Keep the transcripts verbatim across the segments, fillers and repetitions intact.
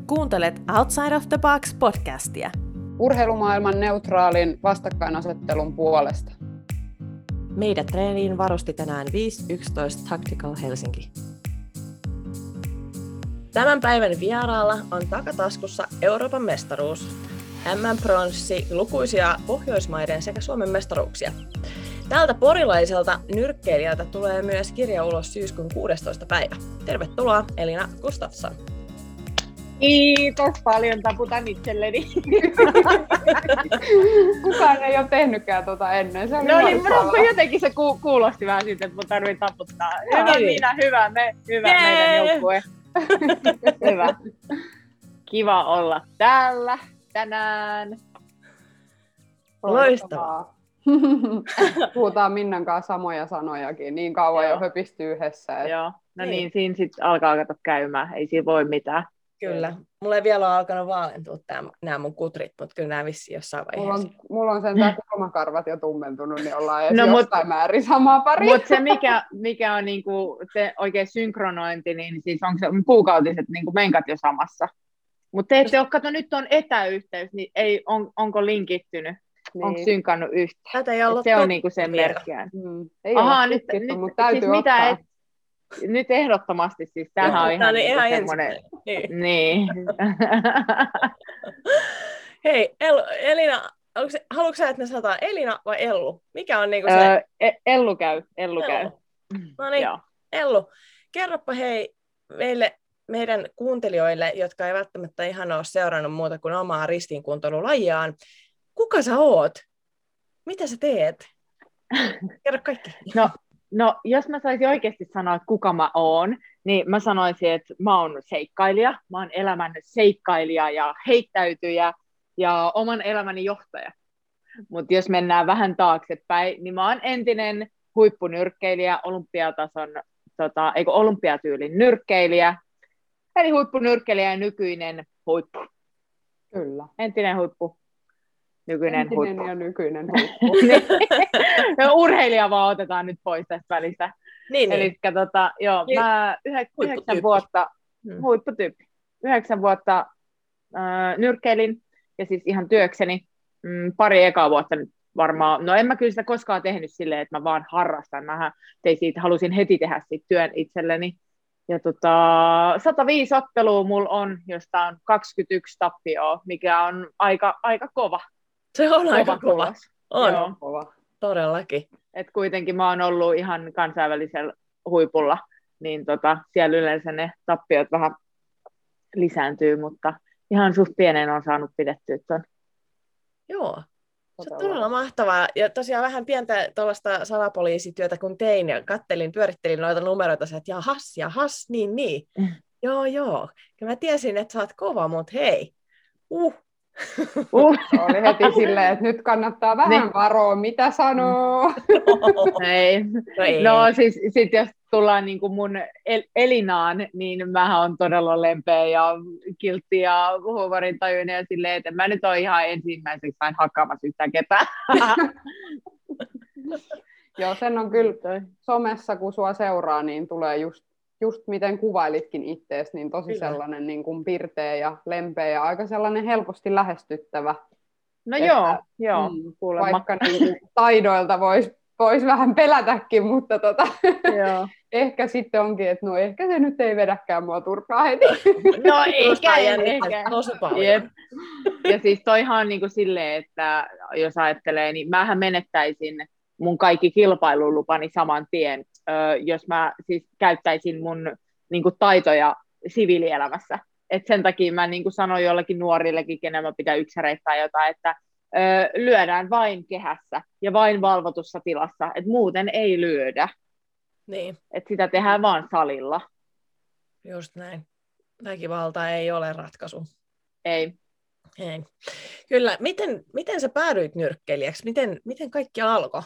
Kuuntelet Outside of the Box podcastia. Urheilumaailman neutraalin vastakkainasettelun puolesta. Meidät treeniin varusti tänään viisi yksitoista Tactical Helsinki. Tämän päivän vieraalla on takataskussa Euroopan mestaruus, M M-pronssi, lukuisia Pohjoismaiden sekä Suomen mestaruuksia. Tältä porilaiselta nyrkkeilijältä tulee myös kirja ulos syyskuun kuudestoista päivä. Tervetuloa Elina Gustafsson. Kiitos paljon, taputan itselleni. Kukaan ei ole tehnytkään tuota ennen. Se oli no niin, mutta jotenkin se ku- kuulosti vähän siitä, että mun tarvii taputtaa. Hyvä minä, hyvä, me, hyvä yeah. meidän joukkue. Hyvä. Kiva olla täällä tänään. Loistavaa. Puhutaan Minnan kanssa samoja sanojakin, niin kauan Joo. jo höpisty yhdessä. Et... Joo, no niin, niin siinä sitten alkaa kato käymään, ei siinä voi mitään. Kyllä. Mulla ei vielä ole alkanut vaalentua nämä mun kutrit, mutta kyllä nämä vissiin jossain vaiheessa. Mulla on, mulla on sentään kulmakarvat jo tummentunut, niin ollaan edes no, jostain mut, määrin samaa paria. Mutta se, mikä, mikä on niinku se oikein synkronointi, niin siis on se kuukautiset niinku menkat jo samassa. Mutta te ette ole, kato, nyt on etäyhteys, niin ei, on, onko linkittynyt? Niin. Onko synkannut yhtään? Tätä ei ollut se on niinku sen merkkiä. Mm. Ei Aha, ole nyt, tutkittu, nyt, mutta täytyy siis mitä ottaa. Et, nyt ehdottomasti, siis tämähän on ihan, niin ihan semmoinen... Niin. niin. Hei, El, Elina, se, haluatko sä, että me sanotaan Elina vai Ellu? Mikä on niinku se? Öö, Ellu käy, Ellu käy. Ellu. No niin, Ellu, kerropa hei meille, meidän kuuntelijoille, jotka ei välttämättä ihan ole seurannut muuta kuin omaa ristiinkuntoilulajiaan. Kuka sä oot? Mitä sä teet? Kerro kaikki. No, no, jos mä saisin oikeasti sanoa, että kuka mä oon, niin mä sanoisin, että mä oon seikkailija. Mä oon elämän seikkailija ja heittäytyjä ja oman elämäni johtaja. Mutta jos mennään vähän taaksepäin, niin mä oon entinen huippunyrkkeilijä, olympiatason, tota, eikö olympiatyylin nyrkkeilijä, eli huippunyrkkeilijä ja nykyinen huippu. Kyllä. Entinen huippu. Nykyinen Entinen huippu. ja nykyinen huippu. Urheilija vaan otetaan nyt pois tästä välistä. Niin, niin. Eli tota, joo, mä yhek- yhdeksän vuotta, hmm. huipputyyppi, yhdeksän vuotta äh, nyrkkeilin ja siis ihan työkseni. Mm, pari ekaa vuotta nyt varmaan, no en mä kyllä sitä koskaan tehnyt silleen, että mä vaan harrastan. Mä tein siitä, halusin heti tehdä siitä työn itselleni. Ja tota, sata viisi ottelua mulla on, josta on kaksikymmentäyksi tappioa, mikä on aika, aika kova. Se on kova aika kova. tulos. On, Joo. Kova. Todellakin. Et kuitenkin mä oon ollut ihan kansainvälisellä huipulla, niin tota, siellä yleensä ne tappiot vähän lisääntyy, mutta ihan suht pienen on saanut pidettyä ton. Joo. Se on todella mahtavaa. Ja tosiaan vähän pientä tuollaista salapoliisityötä kun tein ja kattelin, pyörittelin noita numeroita, että jahas, jahas, niin, niin. Mm. Joo, joo. Ja mä tiesin, että sä oot kova, mutta hei. Uh. Uh. Oli heti silleen, että nyt kannattaa vähän ne. varoa, mitä sanoo. No, ei. No, ei. no siis sit jos tullaan niinku mun el- Elinaan, niin mähän on todella lempeä ja kiltti ja huumorintajuinen ja silleen, että mä nyt oon ihan ensimmäiseksi vain hakkaamassa yhtään ketään. Joo, sen on kyllä somessa, kun sua seuraa, niin tulee just, just miten kuvailitkin ittees, niin tosi kyllä. sellainen niin kuin pirteä ja lempeä ja aika sellainen helposti lähestyttävä. No että, joo, joo, mm, kuulemma. Vaikka niin taidoilta voisi vois vähän pelätäkin, mutta tota, joo. ehkä sitten onkin, että no ehkä se nyt ei vedäkään mua turpaa heti. No eikä, eikä. Tosi paljon. Jep. Ja siis toihan on niin kuin silleen, että jos ajattelee, niin mähän menettäisin mun kaikki kilpailulupani saman tien, jos mä siis käyttäisin mun niin kuin taitoja siviilielämässä. Et sen takia mä niin kuin sanoin jollekin nuorillekin, kenen mä pitää yksäreittää jotain, että ö, lyödään vain kehässä ja vain valvotussa tilassa, että muuten ei lyödä. Niin. Että sitä tehdään vaan salilla. Just näin. Väkivalta ei ole ratkaisu. Ei. Ei. Kyllä. Miten, miten sä päädyit nyrkkeilijäksi? Miten, miten kaikki alkoi?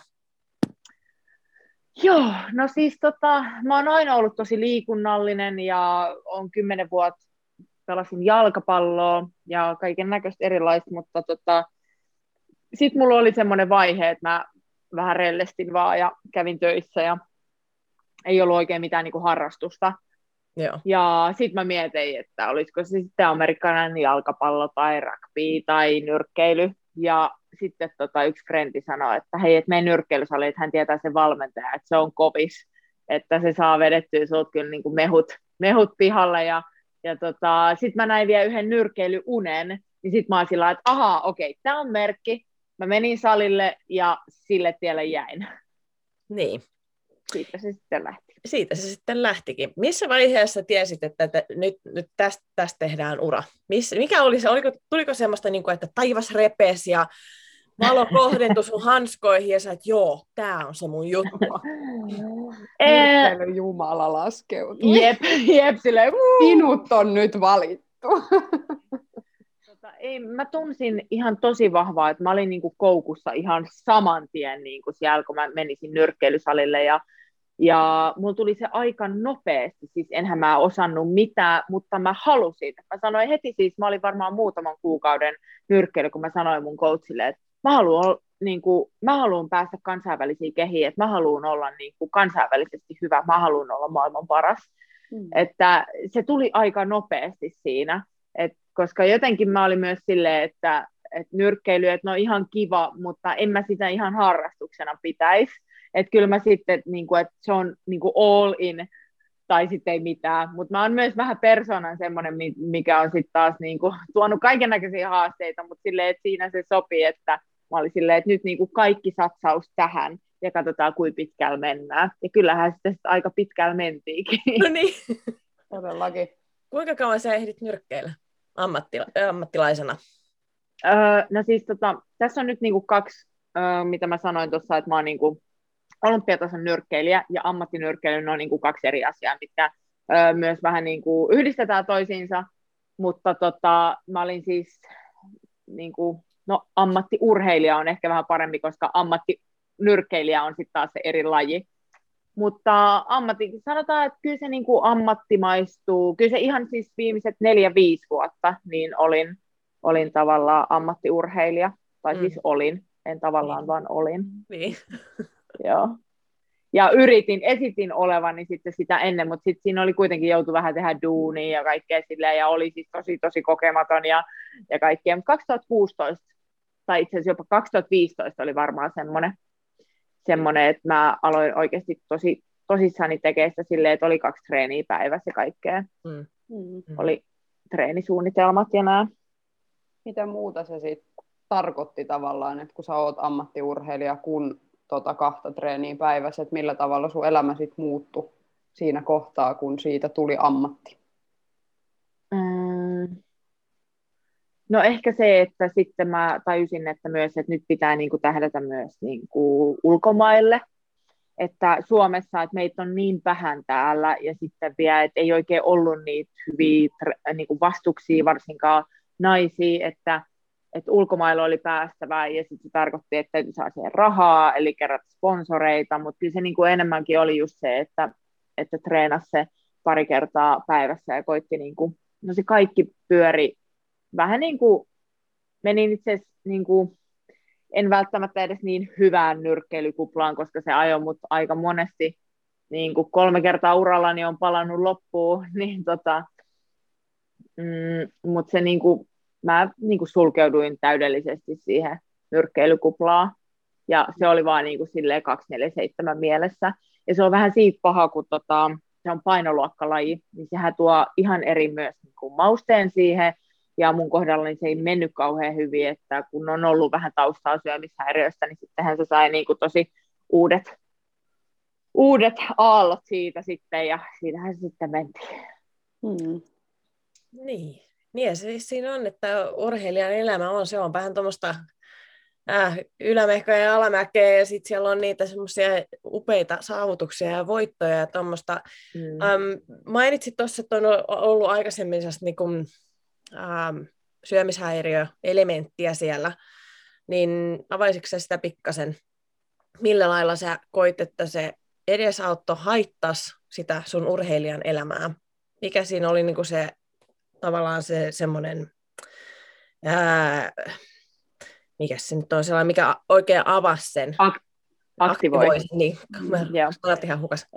Joo, no siis tota, mä oon aina ollut tosi liikunnallinen ja on kymmenen vuotta pelasin jalkapalloa ja kaiken näköistä erilaista, mutta tota, sitten mulla oli semmoinen vaihe, että mä vähän rellestin vaan ja kävin töissä ja ei ollut oikein mitään niin kuin harrastusta. Joo. Ja sitten mä mietin, että olisiko se sitten amerikkalainen jalkapallo tai rugby tai nyrkkeily. Ja sitten tota, yksi frendi sanoi, että hei, et mene nyrkkeilysaliin, että hän tietää sen valmentaja, että se on kovis, että se saa vedettyä sut kyllä niin kuin mehut, mehut pihalle. Ja, ja tota, sitten mä näin vielä yhden nyrkkeilyunen, niin sitten mä oon sillä että ahaa, okei, tämä on merkki. Mä menin salille ja sille tielle jäin. Niin. Siitä se sitten lähti. Siitä se sitten lähtikin. Missä vaiheessa tiesit, että, että nyt, nyt tästä, tästä tehdään ura? Miss, mikä oli se? Oliko, tuliko semmoista, niin kuin, että taivas repesi ja valo kohdentui sun hanskoihin ja sä, että joo, tää on se mun juttu. Nyrkkeilyn Jumala laskeutui. Jep, jep, silleen, Sinut on nyt valittu. Tota, ei, mä tunsin ihan tosi vahvaa, että mä olin niinku koukussa ihan saman tien niinku siellä, kun mä menisin nyrkkeilysalille ja Ja mulla tuli se aika nopeasti, siis enhän mä osannut mitään, mutta mä halusin. Mä sanoin heti siis, mä olin varmaan muutaman kuukauden nyrkkeily, kun mä sanoin mun coachille, että mä haluan, niin kuin, mä haluan päästä kansainvälisiin kehiin, että mä haluan olla niin kuin, kansainvälisesti hyvä, mä haluan olla maailman paras. Mm. Että se tuli aika nopeasti siinä, et, koska jotenkin mä olin myös silleen, että, että nyrkkeily, että no ihan kiva, mutta en mä sitä ihan harrastuksena pitäisi. Että kyllä mä sitten, niin kuin, että se on niin kuin all in, tai sitten ei mitään. Mutta mä oon myös vähän persoonan semmoinen, mikä on sitten taas niin kuin, tuonut kaikennäköisiä haasteita, mutta silleen, että siinä se sopii, että mä olin silleen, että nyt niin kuin kaikki satsaus tähän, ja katsotaan, kuinka pitkällä mennään. Ja kyllähän sitten aika pitkällä mentiikin. No niin. Todellakin. Kuinka kauan sä ehdit nyrkkeillä ammattila- ammattilaisena? Öö, no siis tota, tässä on nyt niin kuin kaksi, öö, mitä mä sanoin tuossa, että mä oon niin kuin olympiatason nyrkkeilijä ja ammattinyrkkeily on niin kuin kaksi eri asiaa, mitkä ö, myös vähän niin kuin yhdistetään toisiinsa, mutta tota, mä olin siis, niin kuin, no ammattiurheilija on ehkä vähän parempi, koska ammattinyrkkeilijä on sitten taas se eri laji, mutta ammatti, sanotaan, että kyllä se niin kuin ammattimaistuu, kyllä se ihan siis viimeiset neljä, viisi vuotta, niin olin, olin tavallaan ammattiurheilija, tai mm. siis olin, en tavallaan niin. vaan olin. Niin. Joo. Ja yritin, esitin olevani sitten sitä ennen, mutta sitten siinä oli kuitenkin joutu vähän tehdä duunia ja kaikkea silleen, ja oli siis tosi, tosi kokematon ja, ja kaikkea. Mutta kaksituhattakuusitoista, tai itse asiassa jopa kaksituhattaviisitoista oli varmaan semmoinen, semmoinen että mä aloin oikeasti tosi tosissani tekemään sitä silleen, että oli kaksi treeniä päivässä ja kaikkea. Mm. Mm. Oli treenisuunnitelmat ja nämä. Mitä muuta se sitten tarkoitti tavallaan, että kun sä oot ammattiurheilija, kun tota kahta treeniä päivässä, että millä tavalla sun elämä sitten muuttui siinä kohtaa, kun siitä tuli ammatti? Mm. No ehkä se, että sitten mä tajusin, että myös, että nyt pitää niinku tähdätä myös niinku ulkomaille, että Suomessa, että meitä on niin vähän täällä ja sitten vielä, että ei oikein ollut niitä hyviä niinku vastuksia, varsinkaan naisia, että että ulkomailla oli päästävää ja sitten se tarkoitti, että täytyy saada siihen rahaa, eli kerätä sponsoreita, mutta kyllä se niin kuin enemmänkin oli just se, että, että treenasi se pari kertaa päivässä ja koitti, niin kuin, no se kaikki pyöri vähän niin kuin, menin itse asiassa niin kuin, en välttämättä edes niin hyvään nyrkkeilykuplaan, koska se ajoi mut aika monesti niin kuin kolme kertaa urallani on palannut loppuun, niin tota, mm, mutta se niin kuin, mä niin kuin sulkeuduin täydellisesti siihen nyrkkeilykuplaan, ja se oli vaan niin kuin silleen kaksisataaneljäkymmentäseitsemän mielessä, ja se on vähän siitä paha, kun tota, se on painoluokkalaji, niin sehän tuo ihan eri myös niin kuin mausteen siihen, ja mun kohdalla niin se ei mennyt kauhean hyvin, että kun on ollut vähän taustaa syömishäiriöistä, niin sittenhän se sai niin kuin tosi uudet, uudet aallot siitä sitten, ja siitähän se sitten mentiin. Hmm. Niin. Niin ja se siinä on, että urheilijan elämä on, se on vähän tuommoista äh, ylämäkeä ja alamäkeä, ja sitten siellä on niitä semmoisia upeita saavutuksia ja voittoja ja tuommoista. Mm. Ähm, mainitsit tuossa, että on ollut aikaisemmin niin kuin, ähm, syömishäiriöelementtiä siellä, niin avaisitko sä sitä pikkasen? Millä lailla sä koit, että se edesauttoi, haittasi sitä sun urheilijan elämää? Mikä siinä oli niin kuin se tavallaan se semmoinen, ää, mikä se nyt on sellainen, mikä oikein avasi sen. Ak- aktivoi. Niin, mä olet ihan hukas. Kiitos.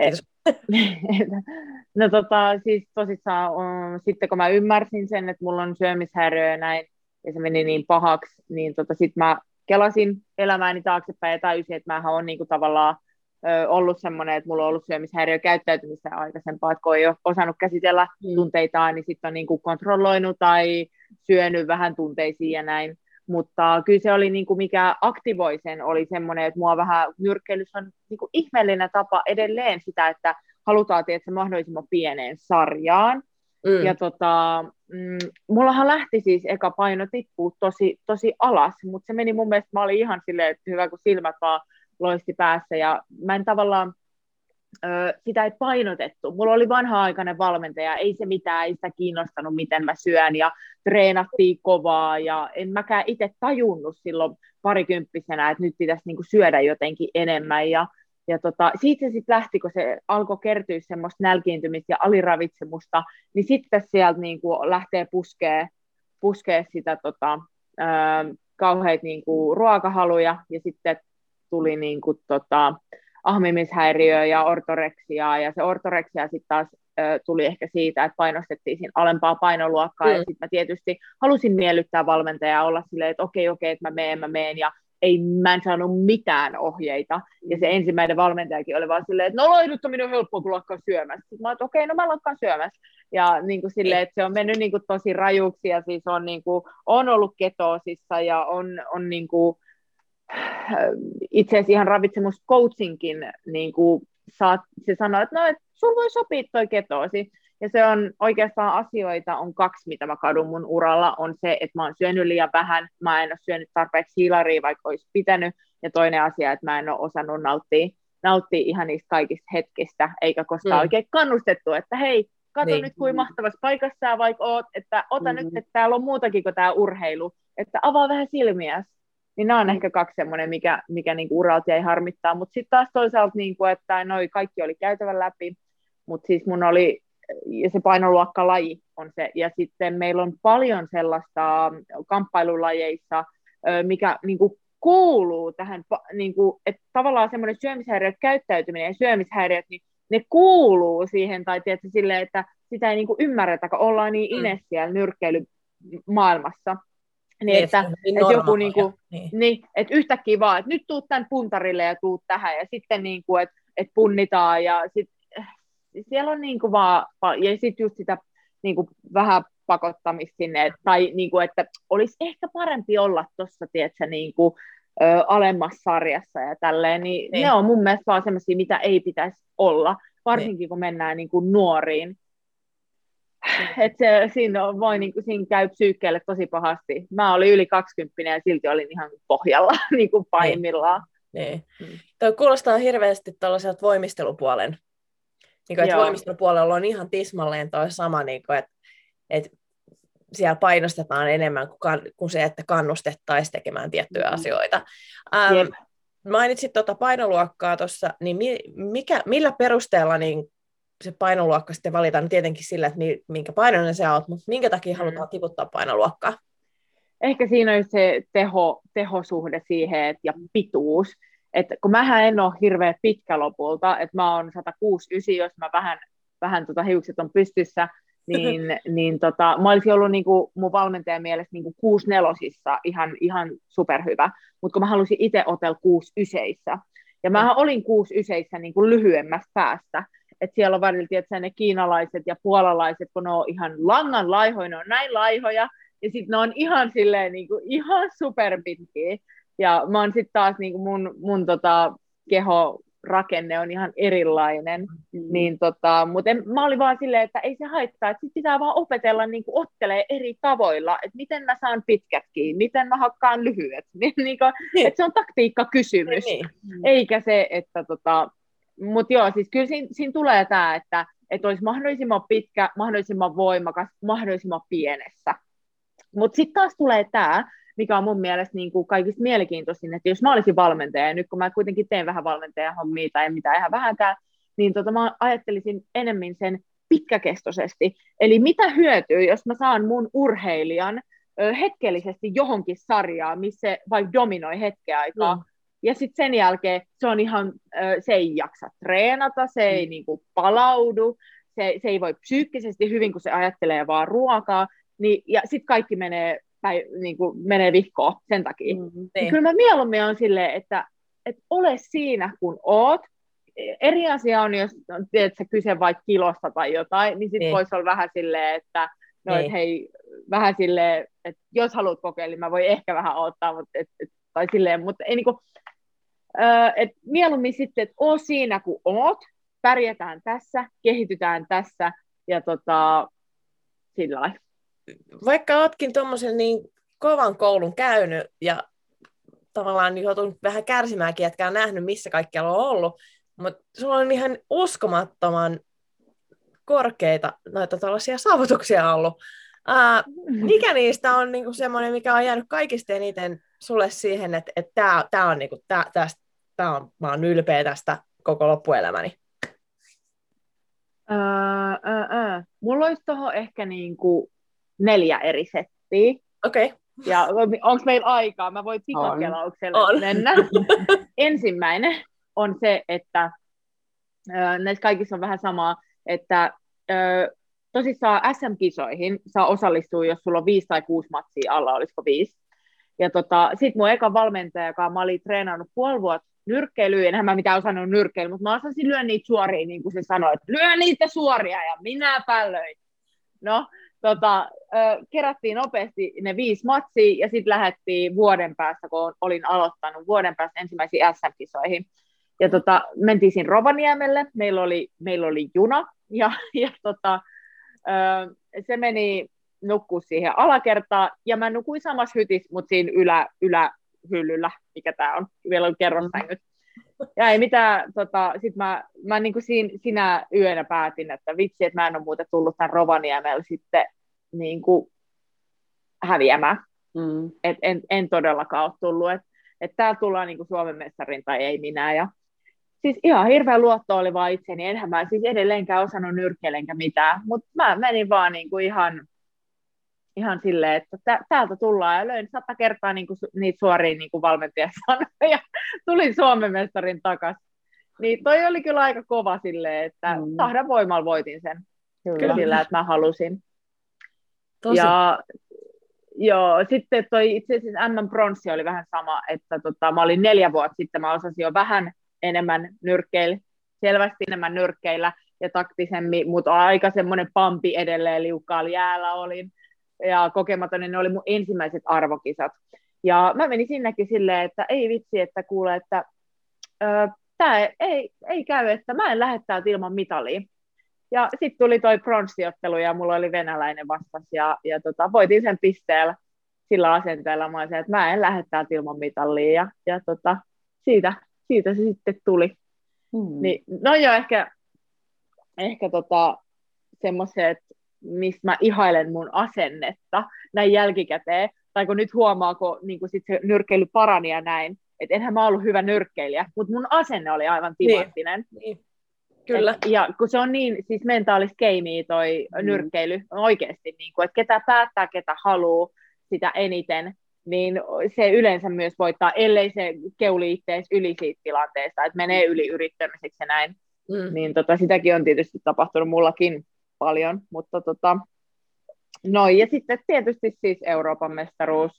No tota, siis tosissaan, um, sitten kun mä ymmärsin sen, että mulla on syömishäiriö ja näin, ja se meni niin pahaksi, niin tota, sitten mä kelasin elämääni taaksepäin ja tajusin, että mähän on niinku tavallaan ö, ollut semmoinen, että mulla on ollut syömishäiriö käyttäytymistä aikaisempaa, että kun ei ole osannut käsitellä mm. tunteitaan, niin sitten on niinku kontrolloinut tai syönyt vähän tunteisiin ja näin. Mutta kyllä se oli, niin kuin mikä aktivoi sen, oli semmoinen, että mua vähän nyrkkeilys on niin kuin ihmeellinen tapa edelleen sitä, että halutaan tietysti mahdollisimman pieneen sarjaan. Mm. Ja tota, mm, mullahan lähti siis eka paino tippuu tosi, tosi alas, mutta se meni mun mielestä, mä olin ihan silleen, että hyvä kun silmät vaan loisti päässä. Ja mä en tavallaan, ö, sitä ei painotettu. Mulla oli vanha-aikainen valmentaja, ei se mitään, ei sitä kiinnostanut, miten mä syön, ja treenattiin kovaa, ja en mäkään itse tajunnut silloin parikymppisenä, että nyt pitäisi niinku syödä jotenkin enemmän, ja, ja tota, siitä se sitten lähti, kun se alkoi kertyä semmoista nälkiintymistä ja aliravitsemusta, niin sitten sieltä niinku lähtee puskee, puskee sitä tota, ö, kauheita niinku ruokahaluja, ja sitten tuli niinku tota, ahmimishäiriö ja ortoreksia, ja se ortoreksia sitten taas ö, tuli ehkä siitä, että painostettiin siinä alempaa painoluokkaa, mm. ja sitten mä tietysti halusin miellyttää valmentajaa, olla silleen, että okei, okei, että mä meen, mä meen, ja ei, mä en saanut mitään ohjeita, ja se ensimmäinen valmentajakin oli vaan silleen, että no laiduttaminen on helppoa, kun lakkaa syömässä. Sitten mä oon, että okei, no mä lakkaan syömässä, ja niin kuin silleen, että se on mennyt niin kuin tosi rajuksi, ja siis on, niin kuin, on ollut ketoosissa, ja on, on niin kuin, itse asiassa ihan ravitsemuscoachinkin niin kuin saat, se sanoo, että no, et sulla voi sopia toi ketoosi. Ja se on oikeastaan asioita, on kaksi, mitä mä kadun mun uralla, on se, että mä oon syönyt liian vähän, mä en ole syönyt tarpeeksi hiilaria, vaikka olisi pitänyt, ja toinen asia, että mä en ole osannut nauttia, nauttia ihan niistä kaikista hetkistä, eikä koskaan mm. oikein kannustettu, että hei, katso niin. Nyt, kuin mahtavassa paikassa sä vaikka oot, että ota mm. nyt, että täällä on muutakin kuin tää urheilu, että avaa vähän silmiäsi. Niin nämä on ehkä kaksi semmoinen, mikä, mikä niinku uralta jäi harmittaa, mutta sitten taas toisaalta, niinku, että noi kaikki oli käytävän läpi, mutta siis mun oli, ja se painoluokkalaji on se, ja sitten meillä on paljon sellaista kamppailulajeissa, mikä niinku kuuluu tähän, niinku, että tavallaan semmoinen syömishäiriöt käyttäytyminen ja syömishäiriöt, niin ne kuuluu siihen, tai tietysti silleen, että sitä ei niinku ymmärretä, kun ollaan niin ines siellä nyrkkeilymaailmassa. Niin, että, niin että joku niinku, niin. Niin, että yhtäkkiä vaan, että nyt tuut tämän puntarille ja tuut tähän, ja sitten niinku, että et punnitaan, ja sit, siellä on niinku vaan, ja sitten just sitä niinku vähän pakottamista sinne, tai niinku, että olisi ehkä parempi olla tuossa, tiedätkö, niinku, ö, alemmassa sarjassa ja tälleen, niin, niin ne on mun mielestä vaan semmoisia, mitä ei pitäisi olla, varsinkin niin. Kun mennään niinku nuoriin. Että se, siinä, voi, niin kuin, siinä käy psyykkeelle tosi pahasti. Mä olin yli kaksikymppinen ja silti olin ihan pohjalla niin kuin pahimmillaan. Niin. Mm. Tuo kuulostaa hirveästi tällaiselta voimistelupuolen. Niin kuin, että voimistelupuolella on ihan tismalleen toi sama, niin kuin, että, että siellä painostetaan enemmän kuin, kan, kuin se, että kannustettaisiin tekemään tiettyjä mm. asioita. Ähm, mainitsit tuota painoluokkaa tuossa, niin mikä, millä perusteella niin se painoluokka sitten valitaan tietenkin sillä, että minkä painoinen sä oot, mutta minkä takia mm. halutaan tiputtaa painoluokkaa? Ehkä siinä on se teho, tehosuhde siihen et, ja pituus. Et, kun mähän en ole hirveän pitkä lopulta, että mä oon sata kuusikymmentäyhdeksän, jos mä vähän, vähän tota, hiukset on pystyssä, niin, niin tota, mä olisin ollut niinku, mun valmentajan mielestä niinku kuusikymmentäneljä ihan, ihan superhyvä, mutta kun mä halusin itse otella kuusikymmentäyhdeksän, ja mähän olin kuusikymmentäyhdeksän niinku lyhyemmästä päästä, että siellä on välillä tietysti ne kiinalaiset ja puolalaiset, kun ne on ihan langan laihoja, ne on näin laihoja, ja sitten ne on ihan silleen niin kuin, ihan superpitkiä. Ja mä oon sitten taas, niin kuin mun, mun tota, kehorakenne on ihan erilainen. Mm. Niin, tota, mutta en, mä olin vaan silleen, että ei se haittaa, että sit pitää vaan opetella niin kuin ottelee eri tavoilla, että miten mä saan pitkä kiinni, miten mä hakkaan lyhyet. niin, niin kuin, että se on taktiikkakysymys, niin. Eikä se, että tota, mutta joo, siis kyllä siinä, siinä tulee tämä, että, että olisi mahdollisimman pitkä, mahdollisimman voimakas, mahdollisimman pienessä. Mutta sitten taas tulee tämä, mikä on mun mielestä niin kuin kaikista mielenkiintoisin, että jos mä olisin valmentaja, ja nyt kun mä kuitenkin teen vähän valmentajan hommia tai mitään ihan vähänkään, niin tota mä ajattelisin enemmän sen pitkäkestoisesti. Eli mitä hyötyy, jos mä saan mun urheilijan ö, hetkellisesti johonkin sarjaan, missä se vaikka dominoi hetken aikaa, mm. ja sitten sen jälkeen se on ihan, se ei jaksa treenata, se ei mm. niin kuin palaudu, se, se ei voi psyykkisesti hyvin, kun se ajattelee vaan ruokaa, niin, ja sitten kaikki menee, tai, niin kuin, menee vihkoon sen takia. Mm-hmm. Niin kyllä mä mieluummin on silleen, että et ole siinä, kun oot. Eri asia on, jos tiedät, sä kyse vaikka kilosta tai jotain, niin sitten niin. voisi olla vähän silleen, että no, niin. et hei, vähän silleen, että jos haluat kokeilla, niin mä voin ehkä vähän odottaa, mutta et, et, tai silleen, mutta ei niinku, äh, et mieluummin sitten, että oo siinä, kun oot, pärjätään tässä, kehitytään tässä, ja tota, sillä lailla. Vaikka ootkin tuommoisen niin kovan koulun käynyt, ja tavallaan joutunut vähän kärsimäänkin, etkä nähnyt, missä kaikkialla on ollut, mutta sulla on ihan uskomattoman korkeita noita tällaisia saavutuksia ollut. Uh, mikä niistä on niinku semmoinen, mikä on jäänyt kaikista eniten sulle siihen, että et tämä tää on, niinku, tää, tästä, tää on, mä oon ylpeä tästä koko loppuelämäni? Öö, öö, öö. Mulla olisi tuohon ehkä niinku neljä eri settiä. Okei. Okay. Ja onko meillä aikaa? Mä voin pikakelaukselle on. mennä. Ensimmäinen on se, että ö, näissä kaikissa on vähän samaa, että ö, tosissaan S M-kisoihin saa osallistua, jos sulla on viisi tai kuusi matsia alla, olisiko viisi. Ja tota, sit mun eka valmentaja, joka mä olin treenannut puoli vuotta nyrkkeilyä, enhän mä mitään osannut nyrkkeilyä, mutta mä osasin lyö niitä suoria, niin kuin se sanoi, että lyö niitä suoria, ja minä pällöin. No, tota, kerättiin nopeasti ne viisi matsia, ja sitten lähdettiin vuoden päästä, kun olin aloittanut, vuoden päästä ensimmäisiin S M-kisoihin. Ja tota, mentiin siinä Rovaniemelle, meillä oli, meillä oli juna, ja, ja tota, se meni nukkua siihen alakertaan, ja mä nukuin samassa hytissä, mutta siinä ylä, ylähyllyllä, mikä tää on, vielä on kerrossängyt. Ja ei mitään, tota, sit mä, mä niin kuin siinä, sinä yönä päätin, että vitsi, että mä en ole muuten tullut tämän Rovaniemellä sitten niin kuin häviämään. Mm. Et en, en todellakaan ole tullut, että et täällä tullaan niin kuin Suomen mestarin tai ei minä. Ja siis ihan hirveä luotto oli vaan itseni, enhän mä siis edelleenkään osannut nyrkkeillä enkä mitään, mutta mä menin vaan niin kuin ihan, ihan silleen, että täältä tullaan ja löin sata kertaa niin kuin niitä suoriin niin kuin valmentaja sanoi ja tulin Suomen mestarin takaisin. Niin toi oli kyllä aika kova silleen, että mm. tahdan voimalla voitin sen. Kyllä sillä, että mä halusin. Tosi. Ja joo, sitten toi itse asiassa M M-pronssi oli vähän sama, että tota, mä olin neljä vuotta sitten, mä osasin jo vähän enemmän nyrkkeillä, selvästi enemmän nyrkkeillä ja taktisemmin, mutta aika semmoinen pampi edelleen liukkaalla jäällä olin. Ja kokematon, ne oli mun ensimmäiset arvokisat. Ja mä menin sinnekin silleen, että ei vitsi, että kuule, että ö, tää ei, ei käy, että mä en lähde täältä ilman mitalia. Ja sitten tuli toi pronssiottelu ja mulla oli venäläinen vastas ja, ja tota, voitin sen pisteellä sillä asenteella. Mä olisin, että mä en lähde täältä ilman mitalia ja, ja tota, siitä, siitä se sitten tuli. Hmm. Niin, no joo, ehkä, ehkä tota, semmoiset, mistä mä ihailen mun asennetta näin jälkikäteen, tai kun nyt huomaa, kun niin kun sit se nyrkkeily parani ja näin, että enhän mä ollut hyvä nyrkkeilijä, mutta mun asenne oli aivan timanttinen. Niin, niin. Kyllä. Et, ja kun se on niin siis mentaalista keimiä toi mm. nyrkkeily oikeasti, niin kun, että ketä päättää, ketä haluaa sitä eniten, niin se yleensä myös voittaa, ellei se keuli ittees yli siitä tilanteesta, että menee yli yrittämiseksi ja näin. Mm. Niin tota, sitäkin on tietysti tapahtunut mullakin paljon, mutta tota, no ja sitten tietysti siis Euroopan mestaruus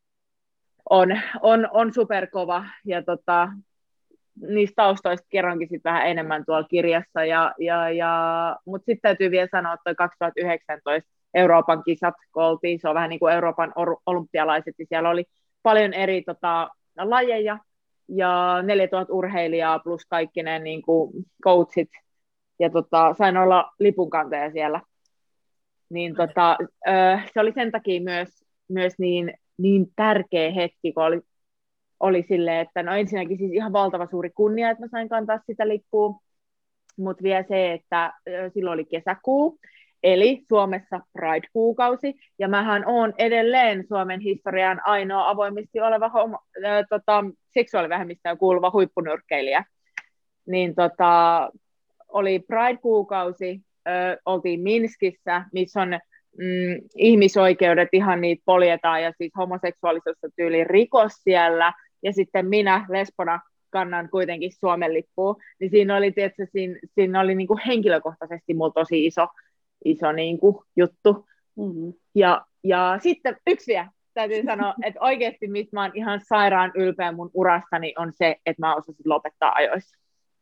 on, on, on superkova ja tota, niistä taustoista kerronkin sitten vähän enemmän tuolla kirjassa, ja, ja, ja, mutta sitten täytyy vielä sanoa, että kaksituhattayhdeksäntoista Euroopan kisat, kun oltiin, se on vähän niin kuin Euroopan olympialaiset, ja siellä oli paljon eri tota, lajeja, ja neljätuhatta urheilijaa plus kaikki ne niin kuin coachit, ja tota, sain olla lipunkantaja siellä. Niin, tota, se oli sen takia myös, myös niin, niin tärkeä hetki, kun oli, oli silleen, että no ensinnäkin siis ihan valtava suuri kunnia, että mä sain kantaa sitä lippua, mutta vielä se, että silloin oli kesäkuu, eli Suomessa Pride-kuukausi, ja mähän olen edelleen Suomen historian ainoa avoimesti oleva homo, äh, tota, seksuaalivähemmistöön kuuluva huippunyrkkeilijä. Niin tota, oli Pride-kuukausi, äh, oltiin Minskissä, missä on mm, ihmisoikeudet, ihan niitä poljetaan, ja siis homoseksuaalisuus on tyyli rikos siellä, ja sitten minä lesbona kannan kuitenkin Suomen lippua, niin siinä oli, tietysti, siinä, siinä oli niin kuin henkilökohtaisesti mulla tosi iso, iso niin kuin juttu. Mm-hmm. Ja, ja sitten yksi vielä, täytyy sanoa, että oikeasti mistä mä oon ihan sairaan ylpeä mun urastani on se, että mä osasin lopettaa ajoissa.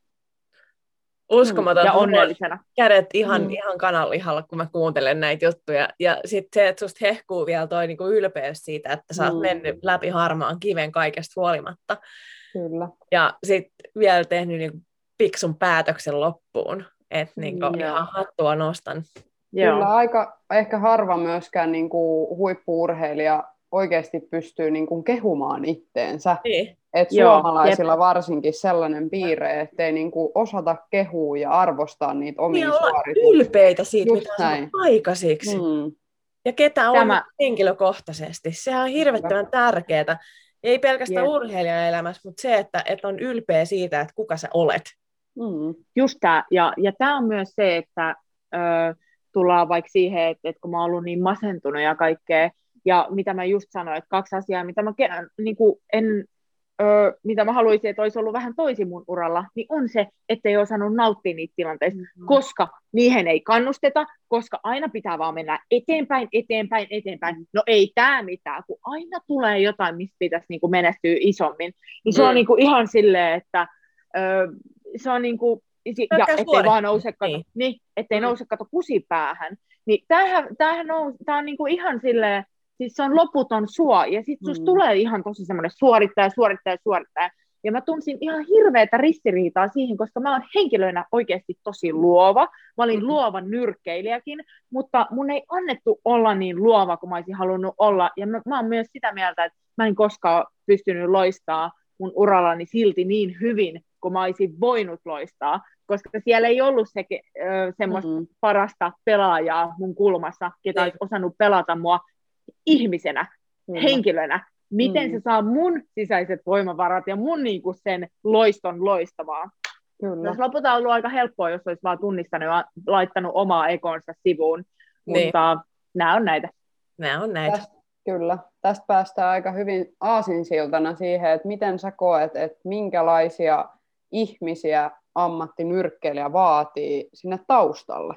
Uskomaton. Ja onnellisena. Kädet ihan, Mm. ihan kananlihalla, kun mä kuuntelen näitä juttuja. Ja sitten se, että susta hehkuu vielä toi niinku ylpeys siitä, että sä oot Mm. mennyt läpi harmaan kiven kaikesta huolimatta. Kyllä. Ja sitten vielä tehnyt niinku piksun päätöksen loppuun. Että niinku Mm, ihan hattua nostan. Joo. Kyllä aika ehkä harva myöskään niin kuin huippu-urheilija oikeasti pystyy niin kuin kehumaan itteensä. Niin. Et Joo, suomalaisilla jep. varsinkin sellainen piirre, ettei niin kuin osata kehua ja arvostaa niitä omia Ja olla suorituksia. ylpeitä siitä, Just mitä on näin. saanut aikaisiksi. Mm. Ja ketä on Tämä- henkilökohtaisesti. Sehän on hirvittävän tärkeää. Ei pelkästään Jep. urheilijaelämässä, mutta se, että, että on ylpeä siitä, että kuka sä olet. Mm. Just tämä. Ja, ja tämä on myös se, että ö, tullaan vaikka siihen, että, että kun mä oon ollut niin masentunut ja kaikkea, ja mitä mä just sanoin, että kaksi asiaa, mitä mä, niin kuin en, ö, mitä mä haluaisin, että olisi ollut vähän toisin mun uralla, niin on se, että ei osannut nauttia niitä tilanteista, Mm-hmm. koska niihin ei kannusteta, koska aina pitää vaan mennä eteenpäin, eteenpäin, eteenpäin. No ei tää mitään, kun aina tulee jotain, mistä pitäisi niin kuin menestyä isommin. Niin se Mm. on niin kuin ihan silleen, että ö, se on niin kuin, ja Pelkkää ettei vaan nouse, kato, Niin. niin, ettei Mm. nouse kato kusipäähän. Niin tämähän, tämähän on, tää on niin kuin ihan silleen, siis se on loputon suo, ja sitten susta Mm. tulee ihan tosi semmoinen suorittaja, suorittaja, suorittaja. Ja mä tunsin ihan hirveätä ristiriitaa siihen, koska mä oon henkilönä oikeasti tosi luova. Mä olin Mm. luova nyrkkeilijäkin, mutta mun ei annettu olla niin luova kuin mä olisin halunnut olla. Ja mä, mä oon myös sitä mieltä, että mä en koskaan pystynyt loistaa mun urallani silti niin hyvin, kuin mä olisin voinut loistaa, koska siellä ei ollut se, ö, semmoista Mm. parasta pelaajaa mun kulmassa, ketä Niin. olisi osannut pelata mua ihmisenä, Kyllä. henkilönä. Miten Mm. se saa mun sisäiset voimavarat ja mun niinku sen loiston loistavaa. Se Kyllä. olisi lopulta ollut aika helppoa, jos olisi vaan tunnistanut ja laittanut omaa ekonsa sivuun. Niin. Mutta nämä on näitä. Nämä on näitä. Tästä, kyllä. Tästä päästään aika hyvin aasinsiltana siihen, että miten sä koet, että minkälaisia ihmisiä ammattinyrkkeilijä vaatii sinne taustalle.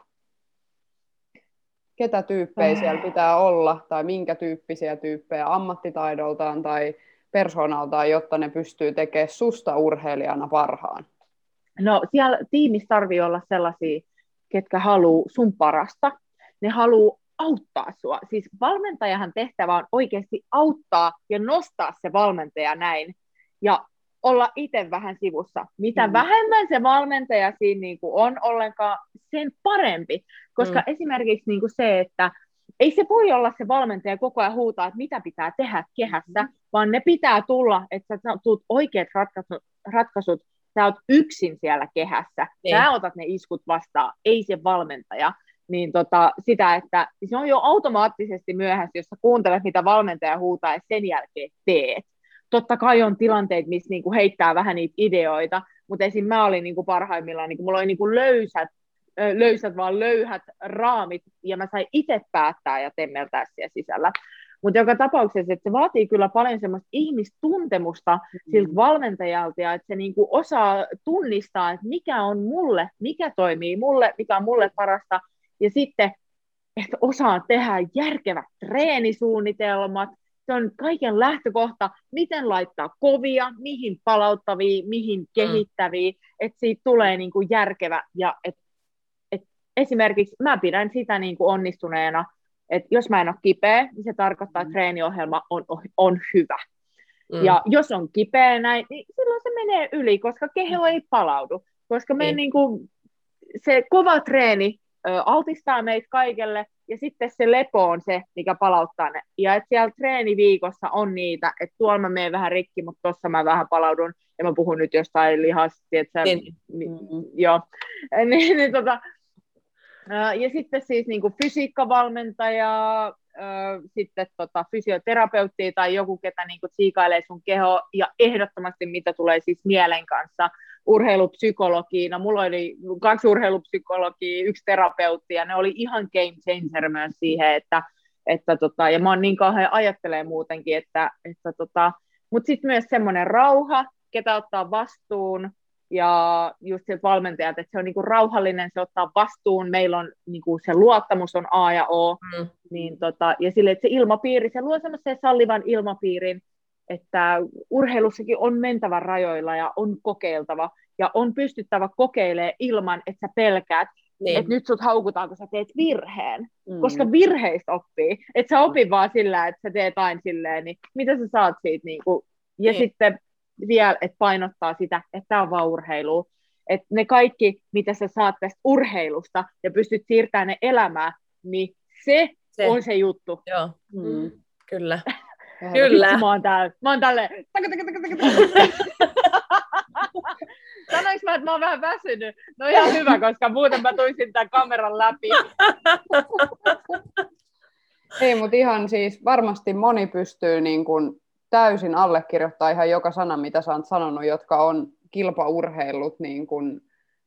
Ketä tyyppejä siellä pitää olla, tai minkä tyyppisiä tyyppejä ammattitaidoltaan tai persoonaltaan, jotta ne pystyy tekemään susta urheilijana parhaan? No siellä tiimissä tarvii olla sellaisia, ketkä haluaa sun parasta. Ne haluaa auttaa sua. Siis valmentajahan tehtävä on oikeasti auttaa ja nostaa se valmentaja näin. Ja olla itse vähän sivussa. Mitä Mm. vähemmän se valmentaja siinä niin kuin on ollenkaan, sen parempi. Koska Mm. esimerkiksi niin kuin se, että ei se voi olla se valmentaja koko ajan huutaa, että mitä pitää tehdä kehässä, Mm. vaan ne pitää tulla, että sä tulet oikeat ratkaisut, ratkaisut, sä oot yksin siellä kehässä, Niin. sä otat ne iskut vastaan, ei se valmentaja. Niin tota, sitä, että se on jo automaattisesti myöhässä, jos sä kuuntelet, mitä valmentaja huutaa, ja sen jälkeen teet. Totta kai on tilanteita, missä niinku heittää vähän niitä ideoita, mutta esim. Mä olin niinku parhaimmillaan, niinku, mulla oli niinku löysät, ö, löysät vaan löyhät raamit, ja mä sain itse päättää ja temmeltää siellä sisällä. Mutta joka tapauksessa, että se vaatii kyllä paljon semmoista ihmistuntemusta mm. siltä valmentajalta, ja että se niinku osaa tunnistaa, että mikä on mulle, mikä toimii mulle, mikä on mulle parasta, ja sitten, että osaa tehdä järkevät treenisuunnitelmat. Se on kaiken lähtökohta, miten laittaa kovia, mihin palauttavia, mihin kehittäviä, mm. että siitä tulee niin kuin järkevä. Ja et, et esimerkiksi mä pidän sitä niin kuin onnistuneena, että jos mä en ole kipeä, niin se tarkoittaa, että treeniohjelma on, on hyvä. Mm. Ja jos on kipeä näin, niin silloin se menee yli, koska keho ei palaudu. Koska me mm. niin kuin, se kova treeni ö, altistaa meitä kaikelle, ja sitten se lepo on se, mikä palauttaa ne. Ja että siellä treeniviikossa on niitä, että tuolla mä menen vähän rikki, mutta tuossa mä vähän palaudun, ja mä puhun nyt jostain lihasta, että niin. Ni, joo. niin, niin, tota, ja sitten siis niin kuin fysiikkavalmentaja, sitten tota, fysioterapeutti tai joku, ketä niin kuin tsiikailee sun keho, ja ehdottomasti mitä tulee siis mielen kanssa, urheilupsykologia, no mulla oli kaksi urheilupsykologia, yksi terapeutti, ja ne oli ihan game changer myös siihen, että, että tota, ja mä oon niin kauhean ajattelemaan muutenkin, että, että tota, mutta sitten myös semmoinen rauha, ketä ottaa vastuun, ja just siltä valmentajat, että se on niinku rauhallinen, se ottaa vastuun, meillä on niinku se luottamus on A ja O, mm. niin tota, ja sille, että se ilmapiiri, se luo semmoisen sallivan ilmapiirin, että urheilussakin on mentävä rajoilla ja on kokeiltava, ja on pystyttävä kokeilemaan ilman, että sä pelkäät, niin. Että nyt sut haukutaan, kun sä teet virheen, mm. koska virheistä oppii, että sä opi vaan sillä, että sä teet aina silleen, niin mitä sä saat siitä, niin kuin, ja niin. Sitten vielä, että painottaa sitä, että tämä on vaan urheilua, että ne kaikki, mitä sä saat tästä urheilusta, ja pystyt siirtämään ne elämään, niin se, se. on se juttu. Joo, mm. kyllä. Kyllä. Mä oon täällä, mä oon tälleen, sanoinko mä, että mä oon vähän väsynyt? No ihan hyvä, koska muuten mä tuisin tämän kameran läpi. Ei, mutta ihan siis varmasti moni pystyy niin kuin täysin allekirjoittamaan ihan joka sana, mitä sä oot sanonut, jotka on kilpaurheilut niin kuin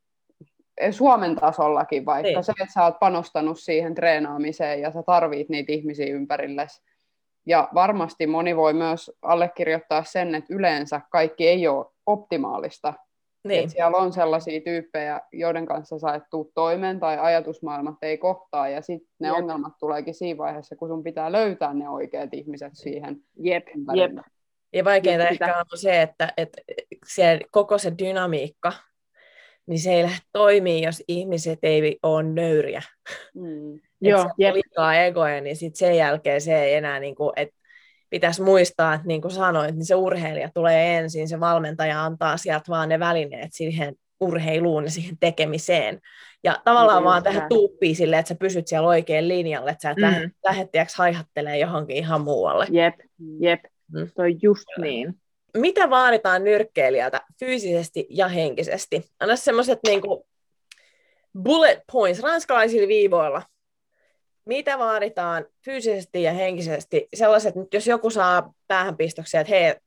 Suomen tasollakin vaikka. Ei. Se, että sä oot panostanut siihen treenaamiseen ja sä tarvit niitä ihmisiä ympärillesi. Ja varmasti moni voi myös allekirjoittaa sen, että yleensä kaikki ei ole optimaalista. Niin. Että siellä on sellaisia tyyppejä, joiden kanssa sä et tuu toimeen tai ajatusmaailmat ei kohtaa. Ja sitten ne jep. ongelmat tuleekin siinä vaiheessa, kun sun pitää löytää ne oikeat ihmiset siihen. Jep, jep. Ja vaikeinta jep, ehkä on se, että, että se, koko se dynamiikka, niin se ei lähde toimii, jos ihmiset ei ole nöyriä. Mm. Joo, se on liikaa egoja, niin sitten sen jälkeen se ei enää, niin kuin, että pitäisi muistaa, että niin kuin sanoit, niin se urheilija tulee ensin, se valmentaja antaa sieltä vaan ne välineet siihen urheiluun ja siihen tekemiseen. Ja tavallaan vaan tähän tuuppii silleen, että sä pysyt siellä oikein linjalle, että sä et mm. lähettiäksi haihattelee johonkin ihan muualle. Jep, jep, mm. toi just niin. Mitä vaaditaan nyrkkeilijältä fyysisesti ja henkisesti? Anna semmoiset niin kuin bullet points ranskalaisilla viivoilla. Mitä vaaditaan fyysisesti ja henkisesti? Sellaiset, että jos joku saa päähänpistoksia, että hei,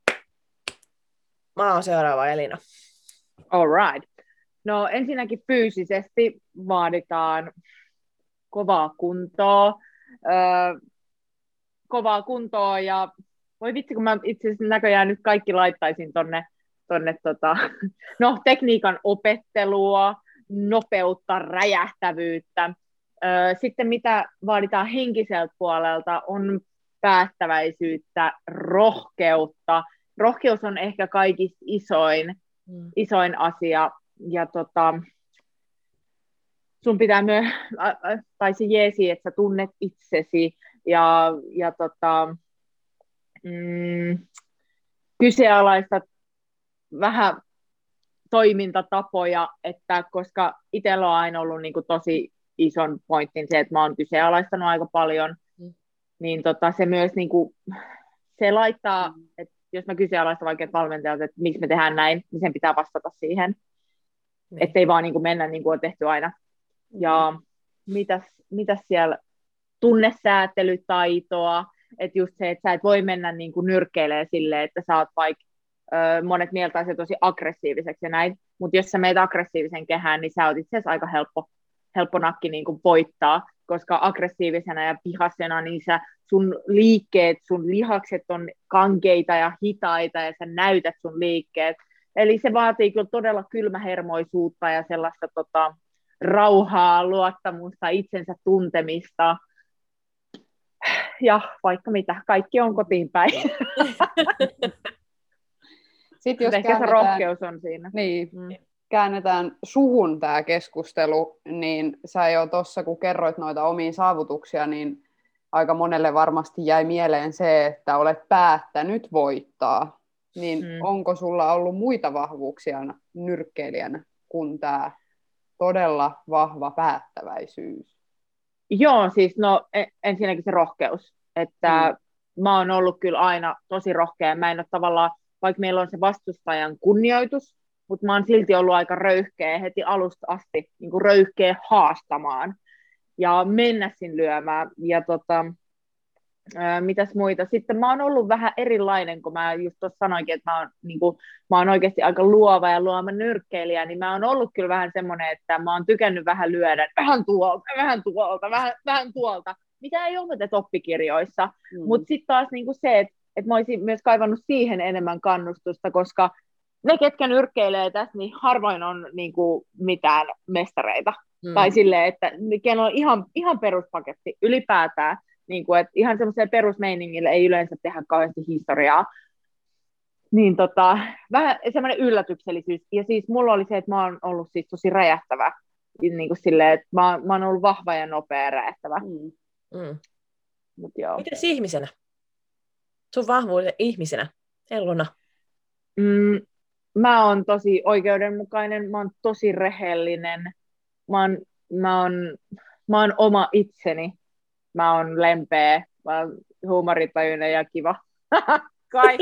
mä oon seuraava Elina. All right. No ensinnäkin fyysisesti vaaditaan kovaa kuntoa. Öö, kovaa kuntoa ja voi vitsi, kun mä itse asiassa näköjään nyt kaikki laittaisin tonne, tonne tota, no, tekniikan opettelua, nopeutta, räjähtävyyttä. Sitten mitä vaaditaan henkiseltä puolelta on päättäväisyyttä, rohkeutta. Rohkeus on ehkä kaikista isoin, mm. isoin asia. Ja tota, sun pitää myös, tai se jeesi, että sä tunnet itsesi ja, ja tota, mm, kyseenalaistat vähän toimintatapoja, että koska itsellä on aina ollut niin kuin tosi ison pointin se, että mä oon kyseenalaistanut aika paljon, mm. niin tota, se myös niin kuin, se laittaa, mm. että jos mä kyseenalaistan vaikka valmentajat, että miksi me tehdään näin, niin sen pitää vastata siihen. Mm. Ettei vaan niin kuin mennä niin kuin on tehty aina. Ja mm. mitäs, mitäs siellä tunnesäätelytaitoa, että just se, että sä et voi mennä niin kuin nyrkkeilemään silleen, että sä oot vaikka ö, monet mieltäisi se tosi aggressiiviseksi ja näin, mutta jos sä meet aggressiivisen kehään, niin sä oot itse asiassa aika helppo helppo nakki niin kuin voittaa, koska aggressiivisena ja vihasena niin sä, sun liikkeet, sun lihakset on kankeita ja hitaita ja sä näytät sun liikkeet. Eli se vaatii kyllä todella kylmähermoisuutta ja sellaista tota, rauhaa, luottamusta, itsensä tuntemista ja vaikka mitä, kaikki on kotiin päin. Sitten jos ehkä käännetään, se rohkeus on siinä. Niin, mm. käännetään suhun tämä keskustelu, niin sä jo tuossa, kun kerroit noita omiin saavutuksia, niin aika monelle varmasti jäi mieleen se, että olet päättänyt voittaa. Niin mm. onko sulla ollut muita vahvuuksia nyrkkeilijänä kuin tämä todella vahva päättäväisyys? Joo, siis no ensinnäkin se rohkeus. Että mm. mä oon ollut kyllä aina tosi rohkea. Mä en ole tavallaan, vaikka meillä on se vastustajan kunnioitus, mutta mä oon silti ollut aika röyhkeä heti alusta asti, niin kuin röyhkeä haastamaan ja mennä sin lyömään. Ja tota, ää, mitäs muita. Sitten mä oon ollut vähän erilainen, kun mä just tuossa sanoinkin, että mä oon, niin kuin, mä oon oikeasti aika luova ja luova nyrkkeilijä, niin mä oon ollut kyllä vähän semmoinen, että mä oon tykännyt vähän lyödä vähän tuolta, vähän tuolta, vähän, vähän tuolta, mitä ei opeteta oppikirjoissa. Mm. Mutta sitten taas niin kuin se, että että mä olisin myös kaivannut siihen enemmän kannustusta, koska ne, ketkä nyrkkeilee tässä, niin harvoin on niin kuin, mitään mestareita. Mm. Tai silleen, että kenellä on ihan, ihan peruspaketti ylipäätään, niin kuin, että ihan semmoiseen perusmeiningille ei yleensä tehdä kauheasti historiaa. Niin tota, vähän semmoinen yllätyksellisyys. Ja siis mulla oli se, että mä oon ollut siis tosi räjähtävä. Niin kuin silleen, että mä, mä oon ollut vahva ja nopea räjähtävä. Mm. Mm. Mut joo. Mites ihmisenä? Sun vahvuuden ihmisenä, Elona? Mm, mä oon tosi oikeudenmukainen, mä oon tosi rehellinen. Mä oon, mä oon, mä oon oma itseni. Mä oon lempeä, mä oon huumoritajuinen ja kiva. Kai.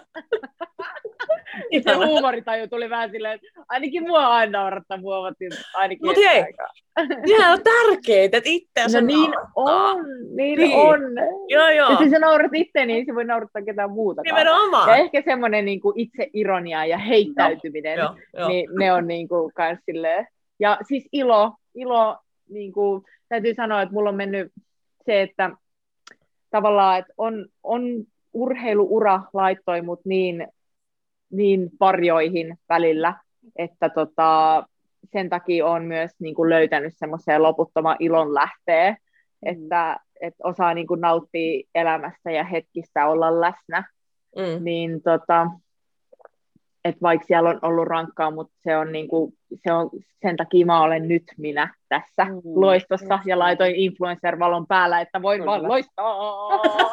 Se huumoritaju tuli vähän silleen, että ainakin mua aina naurattaa, huomattiin ainakin. Mut hei, ihan on tärkeitä, että itseänsä no niin naurattaa. on, niin, niin on. Joo, joo. Ja siis sä naurat itse, niin se voi naurattaa ketään muuta. Nimenomaan. Ja ehkä semmoinen niin kuin itseironia ja heittäytyminen, joo, joo. niin ne on niin kuin kans silleen. Ja siis ilo, ilo niin kuin, täytyy sanoa, että mulla on mennyt se, että tavallaan, että on, on urheiluura laittoi mut niin, niin varjoihin välillä, että tota, sen takia on myös niin kuin löytänyt semmoisen loputtoman ilon lähteä, mm. että et osaa niin kuin nauttia elämästä ja hetkistä olla läsnä. Mm. Niin tota, että vaikka siellä on ollut rankkaa, mutta se on, niin kuin, se on sen takia mä olen nyt minä tässä mm. loistossa ja laitoin influencer-valon päällä, että voin Kyllä. vaan loistaa.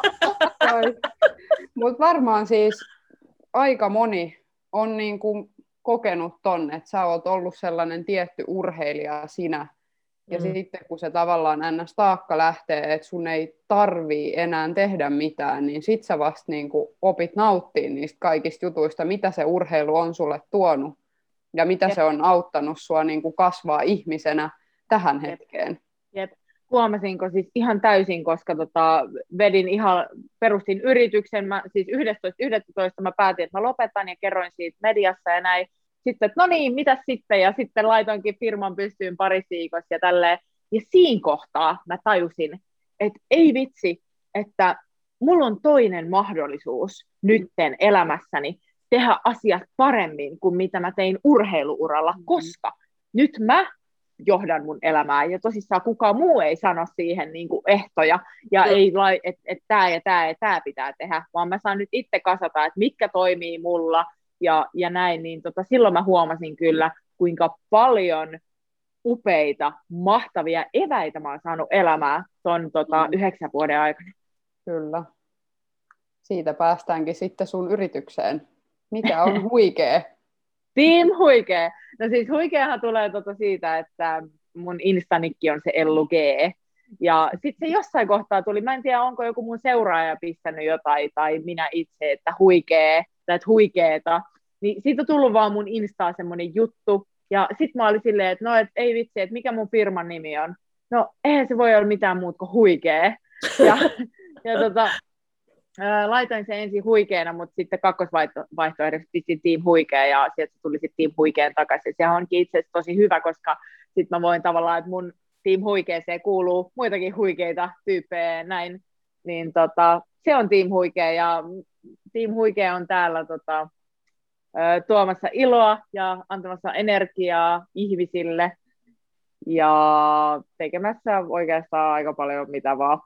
Mutta varmaan siis aika moni on niin kuin kokenut ton, että sä oot ollut sellainen tietty urheilija sinä. Ja mm. sitten kun se tavallaan ns. Taakka lähtee, että sun ei tarvii enää tehdä mitään, niin sit sä vasta niin kuin opit nauttia niistä kaikista jutuista, mitä se urheilu on sulle tuonut. Ja mitä Jep. se on auttanut sua niin kuin kasvaa ihmisenä tähän Jep. hetkeen. Jep. Huomasinko siis ihan täysin, koska tota, vedin ihan, perustin yrityksen, mä, siis yhdestoista yhdestoista mä päätin, että mä lopetan ja kerroin siitä mediassa ja näin. Sitten, että no niin, mitäs sitten? Ja sitten laitoinkin firman pystyyn parissa viikossa ja tälleen. Ja siinä kohtaa mä tajusin, että ei vitsi, että mulla on toinen mahdollisuus nytten elämässäni tehdä asiat paremmin kuin mitä mä tein urheiluuralla, mm-hmm. koska nyt mä johdan mun elämää, ja tosissaan kukaan muu ei sano siihen niin kuin ehtoja, ja mm. ei lai, että et tää ja tää ja tää pitää tehdä, vaan mä saan nyt itse kasata, että mitkä toimii mulla, ja, ja näin, niin tota, silloin mä huomasin kyllä, kuinka paljon upeita, mahtavia eväitä mä oon saanut elämää ton tota, mm. yhdeksän vuoden aikana. Kyllä. Siitä päästäänkin sitten sun yritykseen. Mikä on huikea? Team Huikea. No siis huikeahan tulee tota siitä, että mun instanikki on se Ellu G. Ja sitten se jossain kohtaa tuli, mä en tiedä onko joku mun seuraaja pistänyt jotain, tai minä itse, että huikee, tai että huikeeta. Niin siitä on tullut vaan mun Instaan semmonen juttu. Ja sit mä olin silleen, että no et ei vitsi, että mikä mun firman nimi on. No eihän se voi olla mitään muuta kuin huikee. Ja, ja tota... laitoin sen ensin huikeena, mutta sitten kakkosvaihtoehdoksi pistin Team Huikea ja sieltä tuli sitten Team Huikeen takaisin. Se onkin itse asiassa tosi hyvä, koska sitten mä voin tavallaan, että mun Team Huikeeseen kuuluu muitakin huikeita tyyppejä näin. Niin tota, se on Team Huikea ja Team Huikea on täällä tota, tuomassa iloa ja antamassa energiaa ihmisille ja tekemässä oikeastaan aika paljon mitä vaan.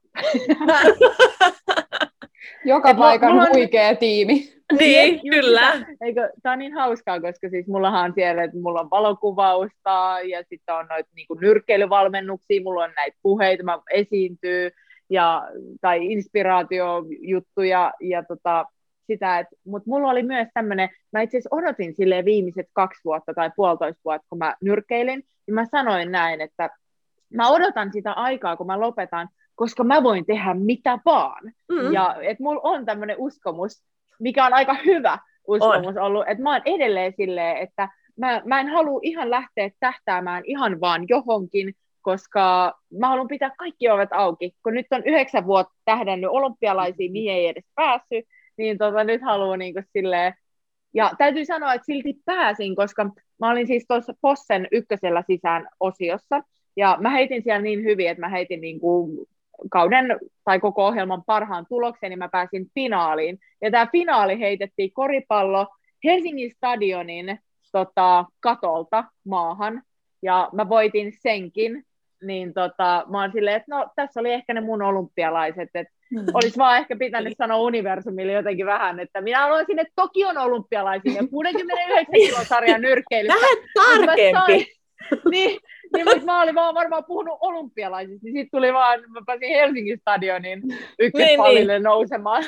Joka et paikan mulla, mulla huikea on... tiimi. Niin, kyllä. Eikö, tää on niin hauskaa, koska siis mullahan on siellä, että mulla on valokuvausta ja sitten on noita niin kuin nyrkkeilyvalmennuksia, mulla on näitä puheita, mä esiintyy ja, tai inspiraatiojuttuja ja tota, sitä, että, mutta mulla oli myös tämmöinen, mä itse asiassa odotin silleen viimeiset kaksi vuotta tai puolitoista vuotta, kun mä nyrkkeilin, niin mä sanoin näin, että mä odotan sitä aikaa, kun mä lopetan, koska mä voin tehdä mitä vaan. Mm. Ja että mulla on tämmöinen uskomus, mikä on aika hyvä uskomus on. ollut, että mä oon edelleen silleen, että mä, mä en halua ihan lähteä tähtäämään ihan vaan johonkin, koska mä haluan pitää kaikki ovet auki. Kun nyt on yhdeksän vuotta tähdännyt olympialaisiin, mihin ei edes päässyt, niin tota, nyt haluan niinku silleen, ja täytyy sanoa, että silti pääsin, koska mä olin siis tuossa Possen ykkösellä sisään osiossa, ja mä heitin siellä niin hyvin, että mä heitin niinku kauden tai koko ohjelman parhaan tuloksen, niin mä pääsin finaaliin. Ja tämä finaali heitettiin koripallo Helsingin stadionin tota, katolta maahan, ja mä voitin senkin, niin tota, mä oon silleen, että no tässä oli ehkä ne mun olympialaiset, että mm. olisi vaan ehkä pitänyt sanoa universumille jotenkin vähän, että minä haluan sinne Tokion olympialaisiin ja kuudenkymmenenyhdeksän kilon sarjan nyrkkeilystä. Vähän tarkempi. Niin, niin mutta mä olin vaan varmaan puhunut olympialaisista, niin sitten tuli vaan, mä pääsin Helsingin stadionin ykköspallille niin, nousemaan.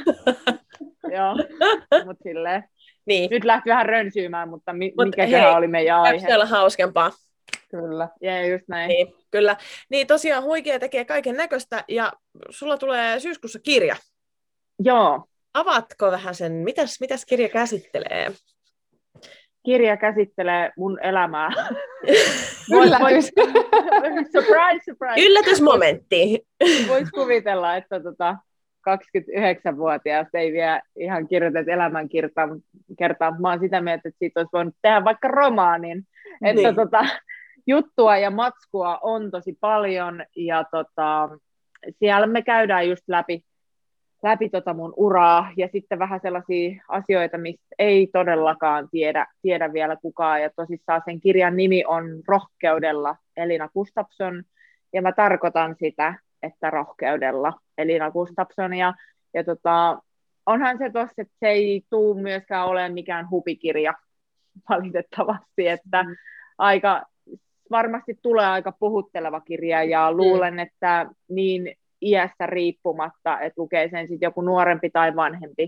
Joo, mutta silleen. Niin. Nyt lähti vähän rönsyymään, mutta mi- Mut mikä hei, oli meidän aihe. Käykö siellä hauskempaa? Kyllä. Yeah, just näin. Niin, kyllä. Niin tosiaan Huikea tekee kaiken näköistä ja sulla tulee syyskuussa kirja. Joo. Avaatko vähän sen, mitäs, mitäs kirja käsittelee? Kirja käsittelee mun elämää. Yllätys. surprise, surprise. Yllätysmomentti. Voisi kuvitella, että tota, kaksikymmentäyhdeksänvuotias ei vielä ihan kirjoitet elämänkertaa. Mä oon sitä mieltä, että siitä olisi voinut tehdä vaikka romaanin. Että niin. tota, juttua ja matskua on tosi paljon ja tota, siellä me käydään just läpi, läpi tota mun uraa ja sitten vähän sellaisia asioita, mistä ei todellakaan tiedä, tiedä vielä kukaan. Ja tosissaan sen kirjan nimi on Rohkeudella Elina Gustafsson ja mä tarkoitan sitä, että rohkeudella Elina Gustafsson. Ja, ja tota, onhan se tossa, että se ei tule myöskään olemaan mikään hupikirja valitettavasti, että mm. aika, varmasti tulee aika puhutteleva kirja ja luulen, mm. että niin iästä riippumatta, että lukee sen sitten joku nuorempi tai vanhempi,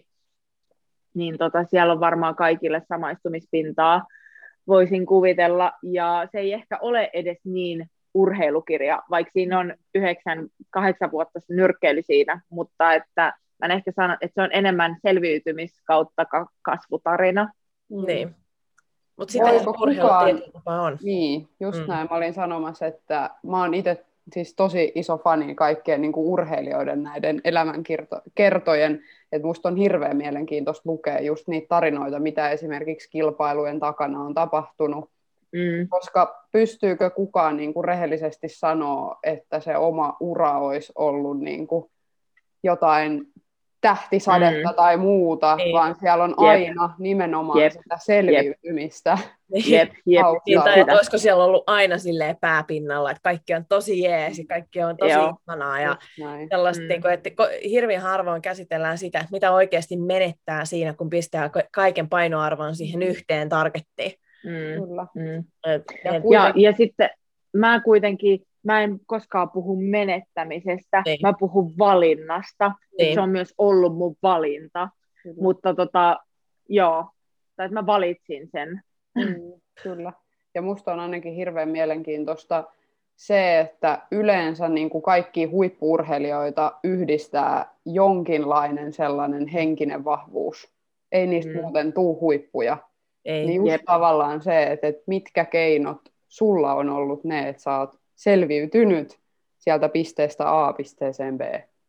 niin tota, siellä on varmaan kaikille samaistumispintaa, voisin kuvitella, ja se ei ehkä ole edes niin urheilukirja, vaikka siinä on yhdeksän, kahdeksan vuotta se nyrkkeily siinä, mutta että mä en ehkä sano, että se on enemmän selviytymis kautta kasvutarina. Niin. Mutta sitten se urheilutietotapa on. Niin, just mm. näin. Mä olin sanomassa, että mä oon itse siis tosi iso fani kaikkien niin kuin urheilijoiden näiden elämänkertojen, että musta on hirveän mielenkiintoista lukea just niitä tarinoita, mitä esimerkiksi kilpailujen takana on tapahtunut, mm. koska pystyykö kukaan niin kuin rehellisesti sanoa, että se oma ura olisi ollut niin kuin jotain tähtisadetta mm. tai muuta, ei. Vaan siellä on Jep. aina nimenomaan Jep. sitä selviytymistä. Jep. Jep. Niin, tai että olisiko siellä ollut aina silleen pääpinnalla, että kaikki on tosi jees, kaikki on tosi ihanaa ja sellaista, mm. että hirveän harvoin käsitellään sitä, että mitä oikeasti menettää siinä, kun pistää kaiken painoarvon siihen yhteen targettiin. Mm. Kyllä. Mm. Et, ja, et, ja, ja sitten mä kuitenkin Mä en koskaan puhu menettämisestä, niin. Mä puhun valinnasta. Niin. Se on myös ollut mun valinta. Kyllä. Mutta tota, joo, tai että mä valitsin sen. Mm, kyllä. Ja musta on ainakin hirveän mielenkiintoista se, että yleensä niin kuin kaikki huippu-urheilijoita yhdistää jonkinlainen sellainen henkinen vahvuus. Ei niistä mm. muuten tuu huippuja. Ei. Niin just Jep. tavallaan se, että, että mitkä keinot sulla on ollut ne, että sä oot selviytynyt sieltä pisteestä A pisteeseen B.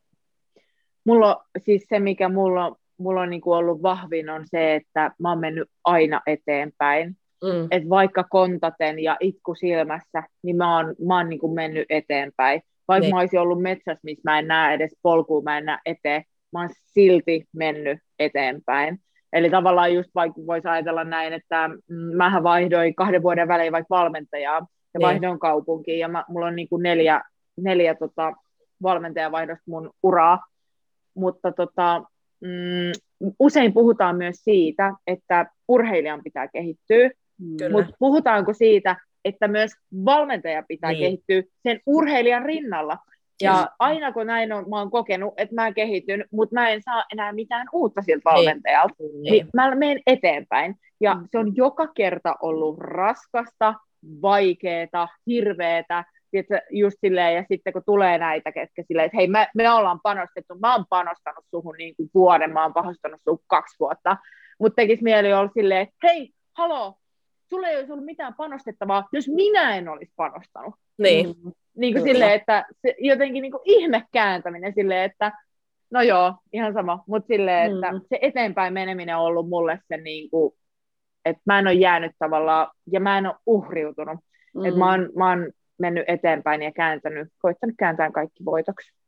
Mulla on, siis se, mikä mulla, mulla on niin kuin ollut vahvin, on se, että mä oon mennyt aina eteenpäin. Mm. Et vaikka kontaten ja itku silmässä, niin mä oon, mä oon niin kuin mennyt eteenpäin. Vaikka ne. Mä olisin ollut metsässä, missä mä en näe edes polkua, mä en näe eteen, mä oon silti mennyt eteenpäin. Eli tavallaan just vaikka voisi ajatella näin, että mähän vaihdoin kahden vuoden välein vaikka valmentajaa, ja vaihdoin niin. kaupunkiin, ja mä, mulla on niinku neljä, neljä tota, valmentajavaihdosta mun uraa, mutta tota, mm, usein puhutaan myös siitä, että urheilijan pitää kehittyä, Kyllä. mutta puhutaanko siitä, että myös valmentaja pitää niin. kehittyä sen urheilijan rinnalla, ja Kyllä. aina kun näin on, mä oon kokenut, että mä kehityn, mutta mä en saa enää mitään uutta siltä valmentajalta, niin, niin mä menen eteenpäin, ja mm. se on joka kerta ollut raskasta, vaikeeta, hirveetä, just silleen, ja sitten kun tulee näitä, ketkä silleen, että hei, me, me ollaan panostettu, mä oon panostanut suhun niin kuin vuoden, mä oon panostanut suhun kaksi vuotta, mutta tekisi mieli olla silleen, että hei, haloo, sulla ei olisi ollut mitään panostettavaa, jos minä en olisi panostanut. Niin. Mm. Niin kuin silleen, että se jotenkin niin kuin ihme kääntäminen silleen, että no joo, ihan sama, mutta silleen, että mm. se eteenpäin meneminen on ollut mulle se niin kuin, että mä en ole jäänyt tavallaan, ja mä en ole uhriutunut. Mm. Että mä oon, mä oon mennyt eteenpäin ja kääntänyt, koittanut kääntää kaikki voitoksi.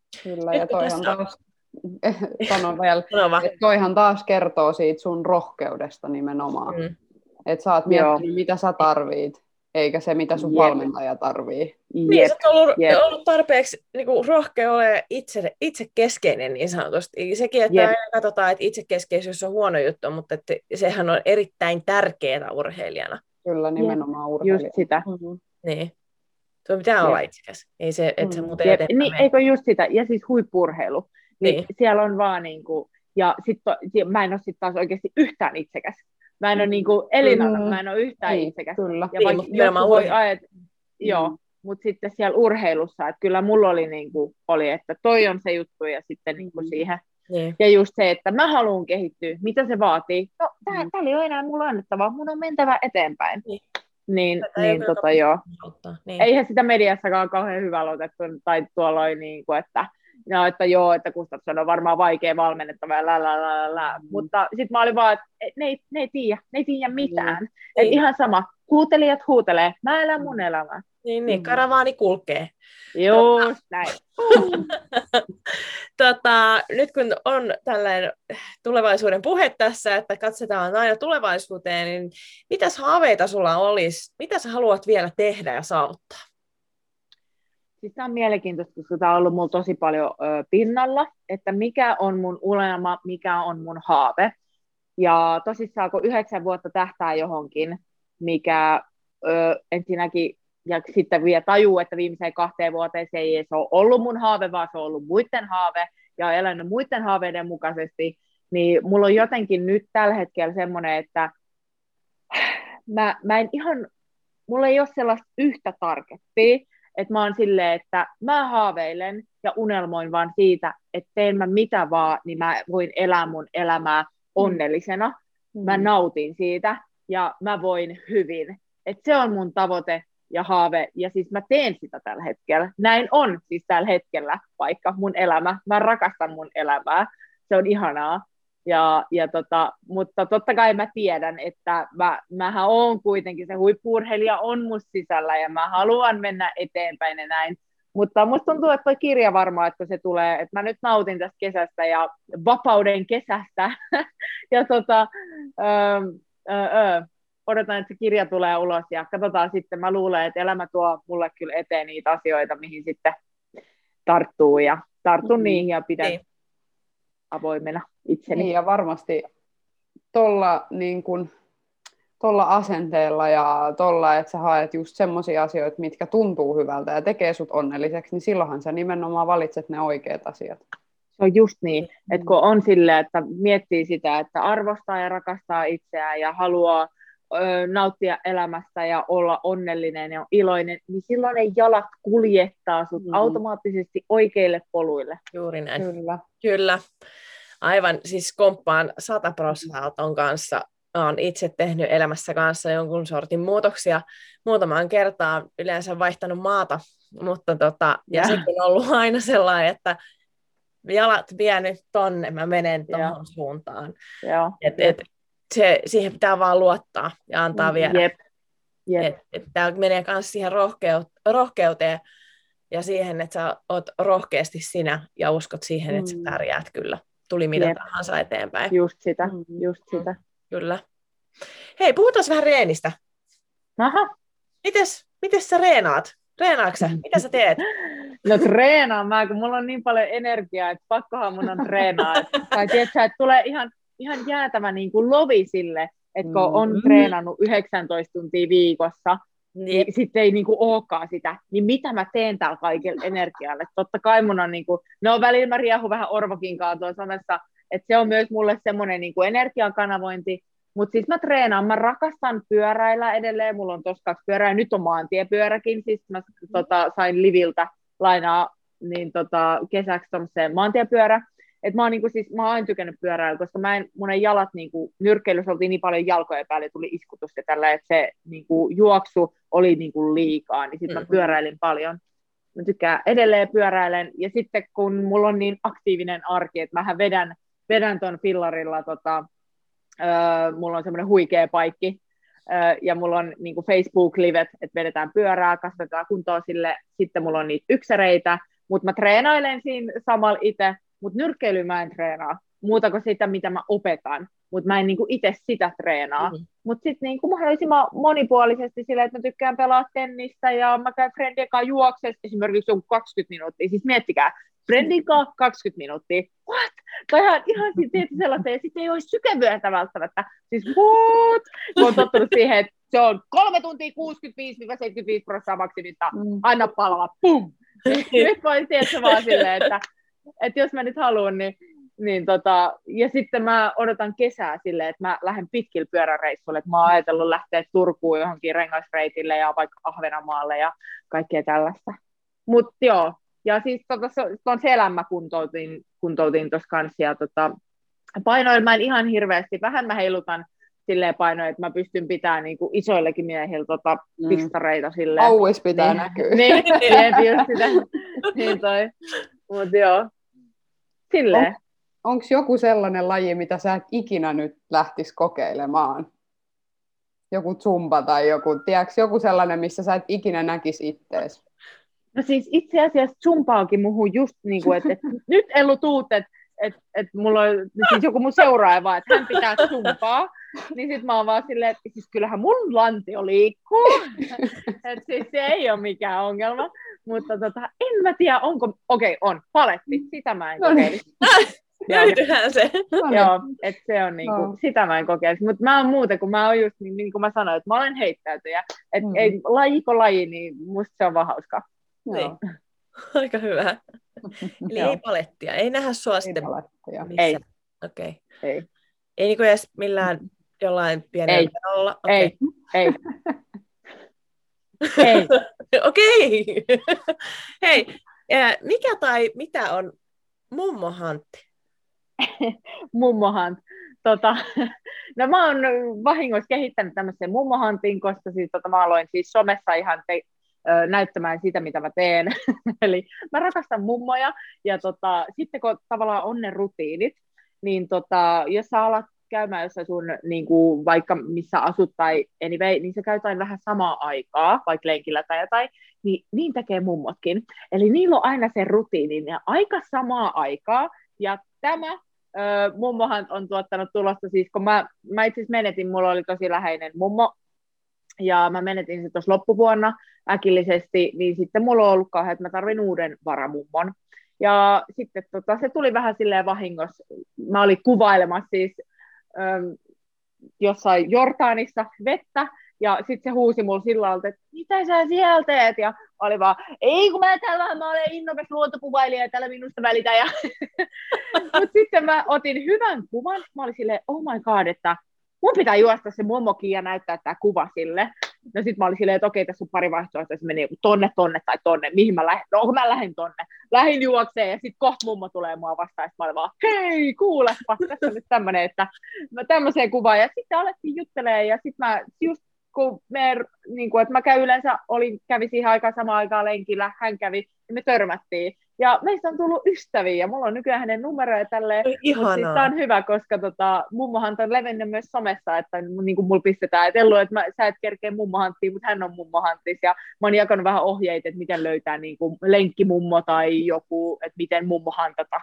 Kyllä, Nyt ja kun toihan tässä on... taas, sanon vielä, Sano vaan. että toihan taas kertoo siitä sun rohkeudesta nimenomaan. Mm. Että sä oot Joo. miettinyt, mitä sä tarvit, eikä se, mitä sun Jep. valmentaja tarvii. Niin, Jep, sä oot ollut, jep, ollut tarpeeksi niin kuin rohkea olemaan itse, itsekeskeinen niin sanotusti. Sekin, että Jep. aina katsotaan, että itsekeskeisyys on huono juttu, mutta että sehän on erittäin tärkeää urheilijana. Kyllä, nimenomaan urheilija. just sitä. Mm-hmm. Niin. Tuo pitää Jep. olla itsekäs. Ei se, että se Mm. muuten Jep, eteenpäin niin, mene. eikö just sitä, ja siis huippu-urheilu, niin, Niin. siellä on vaan niinku, ja sit to, mä en ole sit taas oikeasti yhtään itsekäs. Mä en ole niinku Elinana, Mm. mä en ole yhtään Niin, itsekäs. kyllä. Ja Niin, vaikka mutta nimenomaan jotkut voi urheilu. ajat, joo, Mm. mutta sitten siellä urheilussa, että kyllä mulla oli niinku, oli, että toi on se juttu, ja sitten niinku Mm. siihen. Niin. Ja just se, että mä haluan kehittyä, mitä se vaatii. No, tää, Mm. tää ei ole enää mulla annettavaa, mun on mentävä eteenpäin. Niin. Niin, Tätä ei niin ole tota kyllä joo. auttaa. Niin. Eihän sitä mediassakaan kauhean hyvällä otettu, tai tuolla oli niin kuin, että, no, että joo, että Gustafsson on varmaan vaikea valmennettava ja lä, lä, lä, lä. Mm. Mutta sitten mä olin vaan, että ne, ei- ne ei tiedä, ne ei tiedä mitään. Mm. Et Niin. ihan sama, huutelijat huutelee, mä elän mun elämää. Niin, niin, Mm. karavaani kulkee. Just näin. Tota, nyt kun on tällainen tulevaisuuden puhe tässä, että katsotaan aina tulevaisuuteen, niin mitäs haaveita sulla olisi? Mitä sä haluat vielä tehdä ja saavuttaa? Siis tämä on mielenkiintoista, koska tämä on ollut mulla tosi paljon ö, pinnalla, että mikä on mun unelma, mikä on mun haave. Ja tosissaan, kun yhdeksän vuotta tähtää johonkin, mikä ö, ensinnäkin, ja sitten vielä tajuu, että viimeiseen kahteen vuoteen se ei edes ole ollut mun haave, vaan se on ollut muiden haave, ja elänyt muiden haaveiden mukaisesti, niin mulla on jotenkin nyt tällä hetkellä semmoinen, että mä, mä en ihan, mulla ei ole sellaista yhtä targettia, että mä oon silleen, että mä haaveilen ja unelmoin vaan siitä, että teen mä mitä vaan, niin mä voin elää mun elämää onnellisena. Mä nautin siitä ja mä voin hyvin. Että se on mun tavoite ja haave, ja siis mä teen sitä tällä hetkellä. Näin on siis tällä hetkellä vaikka mun elämä. Mä rakastan mun elämää. Se on ihanaa. Ja, ja tota, mutta totta kai mä tiedän, että mä, mähän oon kuitenkin, se huippu-urheilija on musta sisällä ja mä haluan mennä eteenpäin ja näin. Mutta musta tuntuu, että toi kirja varmaan, että se tulee, että mä nyt nautin tästä kesästä ja vapauden kesästä. ja tota, öö, öö, odotan, että se kirja tulee ulos ja katsotaan sitten. Mä luulen, että elämä tuo mulle kyllä eteen niitä asioita, mihin sitten tarttuu ja tartun mm-hmm. niihin ja pidän niin. avoimena itseni. Niin, ja varmasti tuolla niin kun, tolla asenteella ja tuolla, että sä haet just semmoisia asioita, mitkä tuntuu hyvältä ja tekee sut onnelliseksi, niin silloinhan sä nimenomaan valitset ne oikeat asiat. Se on just niin, että kun on silleen, että miettii sitä, että arvostaa ja rakastaa itseään ja haluaa ö, nauttia elämästä ja olla onnellinen ja iloinen, niin silloin ne jalat kuljettaa sut mm. automaattisesti oikeille poluille. Juuri näin. Kyllä. Kyllä. Aivan, siis komppaan sata prosenttia ton kanssa. Olen itse tehnyt elämässä kanssa jonkun sortin muutoksia muutamaan kertaan, yleensä vaihtanut maata, mutta tota, ja sekin on ollut aina sellainen, että jalat vienyt tonne, mä menen tuohon suuntaan. Et, et, se, siihen pitää vaan luottaa ja antaa viedä. Jep. Jep. Et, et, tää menee myös siihen rohkeuteen ja siihen, että sä oot rohkeasti sinä ja uskot siihen, että sä pärjäät kyllä. Tuli mitä Jep. tahansa eteenpäin. Just sitä, just sitä. Kyllä. Hei, puhutaan vähän reenistä. Aha. Mites, mites sä reenaat? Reenaatko sä? Mitä sä teet? No treenaan mä, kun mulla on niin paljon energiaa, että pakkohan mun on treenaa. Tai tiedätkö, että tulee ihan, ihan jäätävä niin kuin lovi sille, että kun on mm. treenannut yhdeksäntoista tuntia viikossa, niin Jep. sitten ei niin kuin olekaan sitä, niin mitä mä teen täällä kaikilla energialla. Totta kai mun on, niin kuin, no välillä mä riehun vähän Orvokinkaan tuolla somessa, että se on myös mulle semmoinen niin kuin energian kanavointi, mutta siis mä treenaan, mä rakastan pyöräillä edelleen, mulla on tossa kaksi pyörää, nyt on maantiepyöräkin, siis mä tota, sain Liviltä lainaa niin, tota, kesäksi tommoseen maantiepyörä, että mä oon niinku, siis, mä oon aina tykännyt pyöräillä, koska mä en, mun ei jalat, niinku, nyrkkeilyssä oltiin niin paljon jalkojen päälle, tuli iskutus ja tällä, että se niinku, juoksu oli niinku, liikaa, niin sitten mm-hmm. mä pyöräilin paljon. Mä tykkään edelleen pyöräilen, ja sitten kun mulla on niin aktiivinen arki, että mähän vedän, vedän ton fillarilla, tota, öö, mulla on semmoinen huikea paikki, öö, ja mulla on niinku Facebook-livet, että vedetään pyörää, kasvatetaan kuntoa sille, sitten mulla on niitä yksäreitä, mutta mä treenailen siinä samalla itse, mutta nyrkkeilyä mä en treenaa, muuta kuin sitä, mitä mä opetan, mutta mä en niinku itse sitä treenaa. Mm-hmm. Mutta sitten niinku mahdollisimman monipuolisesti sillä, että mä tykkään pelaa tennistä ja mä käyn friendien kanssa juoksessa esimerkiksi joku kaksikymmentä minuuttia. Siis miettikää, friendin kanssa kaksikymmentä minuuttia. What? Tai ihan, ihan tietysti sellaista, ja sitten ei olisi sykevyötä välttämättä. Siis what? Mä oon tottunut siihen, että se on kolme tuntia kuusikymmentäviisi seitsemänkymmentäviisi prosenttia maksimista. Anna palaa, pum! Nyt voin tietää vaan silleen, että, että jos mä nyt haluan, niin Niin tota, ja sitten mä odotan kesää silleen, että mä lähden pitkillä pyöräreissuille, että mä oon ajatellut lähteä Turkuun johonkin rengasreitille ja vaikka Ahvenanmaalle ja kaikkea tällaista. Mutta joo, ja siis tota, ton selän mä kuntoutin, kuntoutin tuossa kanssa, ja tota, painoilla mä en ihan hirveästi, vähän mä heilutan silleen painoja, että mä pystyn pitämään niinku isoillekin miehillä tota, pistareita silleen. Auis pitää niin, näkyä. Niin, jep, just sitä. Niin toi. Mut joo, silleen. On, onko joku sellainen laji, mitä sä et ikinä nyt lähtisi kokeilemaan? Joku zumba tai joku, tiedätkö, joku sellainen, missä sä et ikinä näkisi ittees? No siis itse asiassa zumpaakin muhun just niin kuin, että, että nyt Ellu tuut, että että että mulla on siis joku mun seuraava, että hän pitää zumpaa, niin sit mä oon vaan silleen, että siis kyllähän mun lantio liikkuu, että siis se ei ole mikään ongelma, mutta tota, en mä tiedä, onko, okei, okay, on, paletti, sitä mä en kokeilisi. Löytyyhän se. Joo, että se on niinku, no. Sitä mä en kokeilisi, mutta mä oon muuten, kun mä oon just, niin, niin kuin mä sanoin, että mä olen heittäytyjä, että mm. ei lajiko laji, niin musta se on vaan hauskaa. Niin. Aika hyvä. Eli ei palettia, ei nähdä sua ei sitten missä. Ei. Okei. Okay. Ei. Ei niinku edes millään jollain pienellä olla. Okay. Ei. Ei. Ei. Okei. Hei, mikä tai mitä on mummohantti? Mummohant. Tota, no mä oon vahingossa kehittänyt tämmöisen mummohantin, koska siis, tota, mä aloin siis somessa ihan te- näyttämään sitä, mitä mä teen. Eli mä rakastan mummoja, ja tota, sitten kun tavallaan on ne rutiinit, niin tota, jos sä alat käymään jossain sun, niin kuin, vaikka missä asut tai anyway, niin sä käyt aina vähän samaa aikaa, vaikka lenkillä tai jotain, niin niin tekee mummotkin. Eli niillä on aina se rutiini, ja aika samaa aikaa, ja tämä ö, mummohan on tuottanut tulosta, siis kun mä, mä itse asiassa menetin, mulla oli tosi läheinen mummo, ja mä menetin se tuossa loppuvuonna äkillisesti, niin sitten mulla on ollut kauhean, että mä tarvin uuden varamummon. Ja sitten tota, se tuli vähän silleen vahingossa. Mä olin kuvailemassa siis ähm, jossain Jordaanissa vettä, ja sitten se huusi mulle sillä lailla, että mitä sä siellä teet? Ja oli vaan, ei kun mä täällä mä olen innokas luontokuvailija ja täällä minusta välitä. Ja mutta sitten mä otin hyvän kuvan, mä olin silleen, oh my god, että mun pitää juosta se mummokin ja näyttää tämä kuva sille. No sit mä olin silleen, että okei, tässä on pari vaihtoehtoa, se meni tonne, tonne tai tonne, mihin mä lähden. No mä lähden tonne. Lähin juokseen ja sit kohta mummo tulee mua vastaan, ja mä olin vaan, hei, kuulepa, tässä on nyt tämmönen, että mä tämmöiseen kuvaan. Ja sitten alettiin juttelemaan, ja sit mä just kun me, niin kuin, että mä käyn yleensä, olin, kävi siihen aikaan samaan aikaan lenkillä, hän kävi, ja me törmättiin. Ja meistä on tullut ystäviä, ja mulla on nykyään hänen numeroja tälleen. Mutta siis tää on hyvä, koska tota, mummohan on levennyt myös somessa, että niin kuin mulla pistetään, että Ellu, että mä, sä et kerkeä mummohanttiin, mutta hän on mummohanttis. Ja mä oon jakanut vähän ohjeita, että miten löytää niin kuin lenkkimummo tai joku, että miten mummohantata.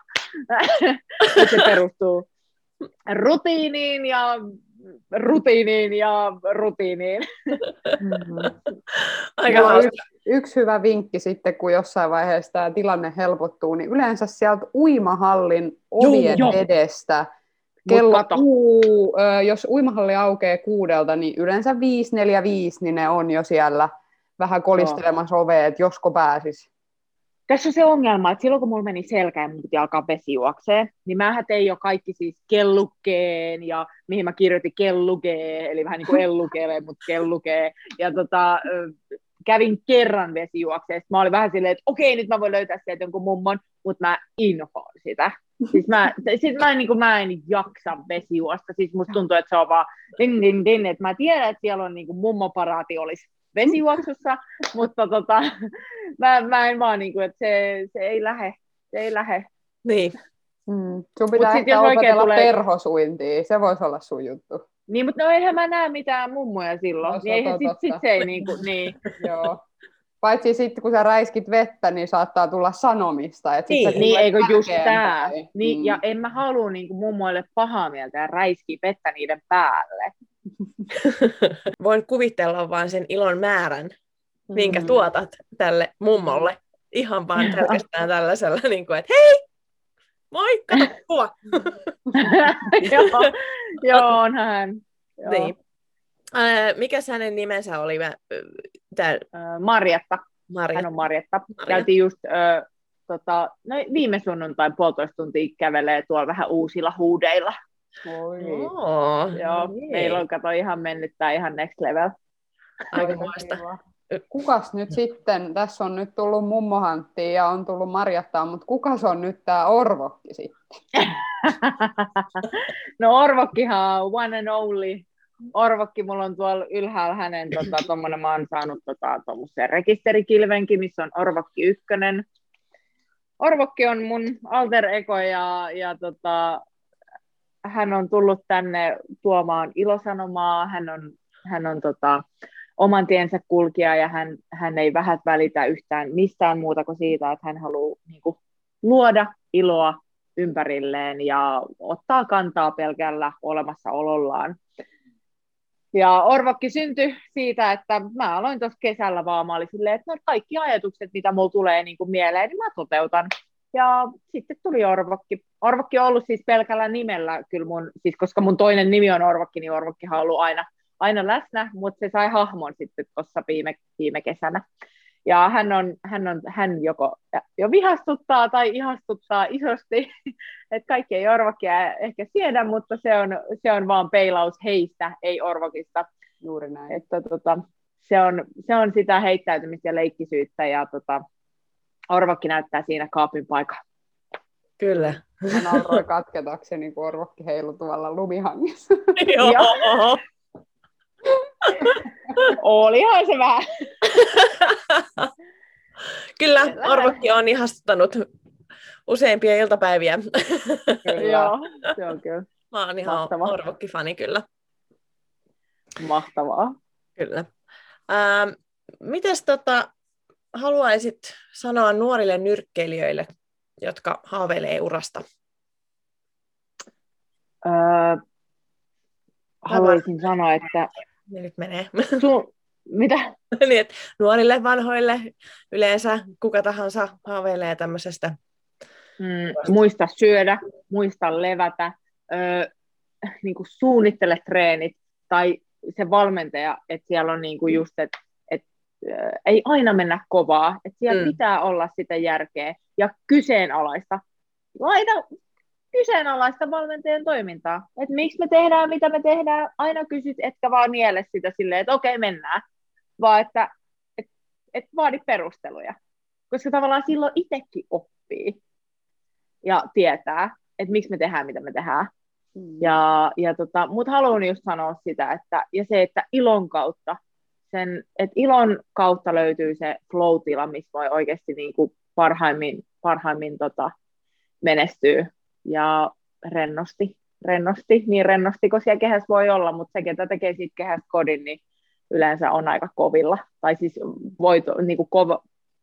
Se perustuu rutiiniin ja rutiiniin ja rutiiniin. Mm-hmm. Aika no, yksi, yksi hyvä vinkki sitten, kun jossain vaiheessa tämä tilanne helpottuu, niin yleensä sieltä uimahallin ovien Juu, edestä, kello kuu, jos uimahalli aukeaa kuudelta, niin yleensä viisi neljä viisi, niin ne on jo siellä vähän kolistelemassa oveet, josko pääsis. Tässä on se ongelma, että silloin kun mulla meni selkä ja mun piti alkaa vesi juokseen, niin mähän tein jo kaikki siis kellukkeen ja mihin mä kirjoitin kellukee, eli vähän niin kuin ellukele, mutta kellukee. Ja tota, kävin kerran vesi juokseen. Mä olin vähän silleen, että okei, nyt mä voin löytää sieltä jonkun mummon, mutta mä inhoan sitä. Siis mä, sit mä, en, niin kuin, mä en jaksa vesijuosta. Siis musta tuntuu, että se on vaan din, din, din, että mä tiedän, että siellä on niin kuin mummoparaati olisi vesijuoksussa, mutta tota, mä, mä en vaan, niin kuin, että se, se ei lähe. Se ei lähe. Niin. Mm. Sun pitää sit, ehkä opetella tulee... perhosuintia, se voisi olla sun juttu. Niin, mutta no eihän mä näe mitään mummoja silloin. No, niin eihän sit, sit se ei niin kuin, niin. Joo. Paitsi sitten, kun sä räiskit vettä, niin saattaa tulla sanomista. Että sit Niin. sä Niin, eikö just tää. jälkeenpäin. Niin, Mm. ja en mä halua niinku mummoille pahaa mieltä ja räiskiä vettä niiden päälle. Voin kuvitella vaan sen ilon määrän, minkä Mm. tuotat tälle mummolle. Ihan vaan pelkästään tällaisella, niin kuin, että hei, moi, kato kuva. Joo, joo, on hän. Joo. Niin. Ää, mikäs hänen nimensä oli? Mä, tää, Ö, Marjatta. Marja. Hän on Marjatta. Marja. Käytiin just ö, tota, no, viime sunnuntain puolitoista tuntia kävelee tuolla vähän uusilla huudeilla. Oi. Oo, Joo, niin. meillä on kato ihan mennyt tää ihan next level. Aika Aika muista. kiva. Kukas nyt sitten, tässä on nyt tullut mummohanttia ja on tullut Marjattaa, mutta kukas on nyt tämä Orvokki sitten? No Orvokkihan on one and only. Orvokki, mulla on tuolla ylhäällä hänen, tota, tommonen, mä oon saanut tota, tommosen rekisterikilvenkin, missä on Orvokki ykkönen. Orvokki on mun alter ego ja, ja tota, hän on tullut tänne tuomaan ilosanomaa, hän on, hän on tota, oman tiensä kulkija ja hän, hän ei vähät välitä yhtään mistään muuta kuin siitä, että hän haluaa niin kuin, luoda iloa ympärilleen ja ottaa kantaa pelkällä olemassaolollaan. Ja Orvokki syntyi siitä, että mä aloin tuossa kesällä vaan, mä olin silleen, että no kaikki ajatukset, mitä mulla tulee niin kuin mieleen, niin mä toteutan. Ja sitten tuli Orvokki. Orvokki on ollut siis pelkällä nimellä, kyllä mun, siis koska mun toinen nimi on Orvokki, niin Orvokkihan on ollut aina, aina läsnä, mutta se sai hahmon sitten tuossa viime, viime kesänä. Ja hän, on, hän, on, hän joko jo vihastuttaa tai ihastuttaa isosti, että kaikki ei Orvokkia ehkä siedä, mutta se on, se on vaan peilaus heistä, ei Orvokista. Juuri näin. Että, tota, se, on, se on sitä heittäytymistä ja leikkisyyttä, ja tota, Orvokki näyttää siinä kaapin paikan. Kyllä. Mä nauroin katketakseni, kun Orvokki heilu tuolla lumihangissa. Joo. Olihan se vähän. Kyllä, Orvokki on ihastuttanut useimpia iltapäiviä. Kyllä. Joo, se on kyllä Mä oon ihan Mahtavaa. Orvokki-fani kyllä. mahtavaa. Kyllä. Ähm, mites tota, haluaisit sanoa nuorille nyrkkeilijöille, jotka haaveilee urasta? Öö, haluaisin sanoa, että Ja nyt menee. sun, mitä? niin, että nuorille, vanhoille, yleensä kuka tahansa haaveilee tämmöisestä. Mm, muista syödä, muista levätä, öö, niin kuin suunnittele treenit, tai se valmentaja, että siellä on niin kuin just, että et, öö, ei aina mennä kovaa, että siellä Mm. pitää olla sitä järkeä, ja kyseenalaista. Laita kyseenalaista valmentajan toimintaa, että miksi me tehdään, mitä me tehdään, aina kysyt, etkä vaan niele sitä silleen, että okei, mennään, vaan että et, et vaadi perusteluja, koska tavallaan silloin itsekin oppii ja tietää, että miksi me tehdään, mitä me tehdään. Mm. Ja, ja tota, mutta haluan just sanoa sitä, että, ja se, että ilon kautta, sen, että ilon kautta löytyy se flow-tila, missä voi oikeasti niin kuin parhaimmin, parhaimmin tota, menestyä ja rennosti, rennosti, niin rennosti, kun siellä kehässä voi olla, mutta se, ketä tekee siitä kehästä kodin, niin yleensä on aika kovilla, tai siis voi, niin kuin kova,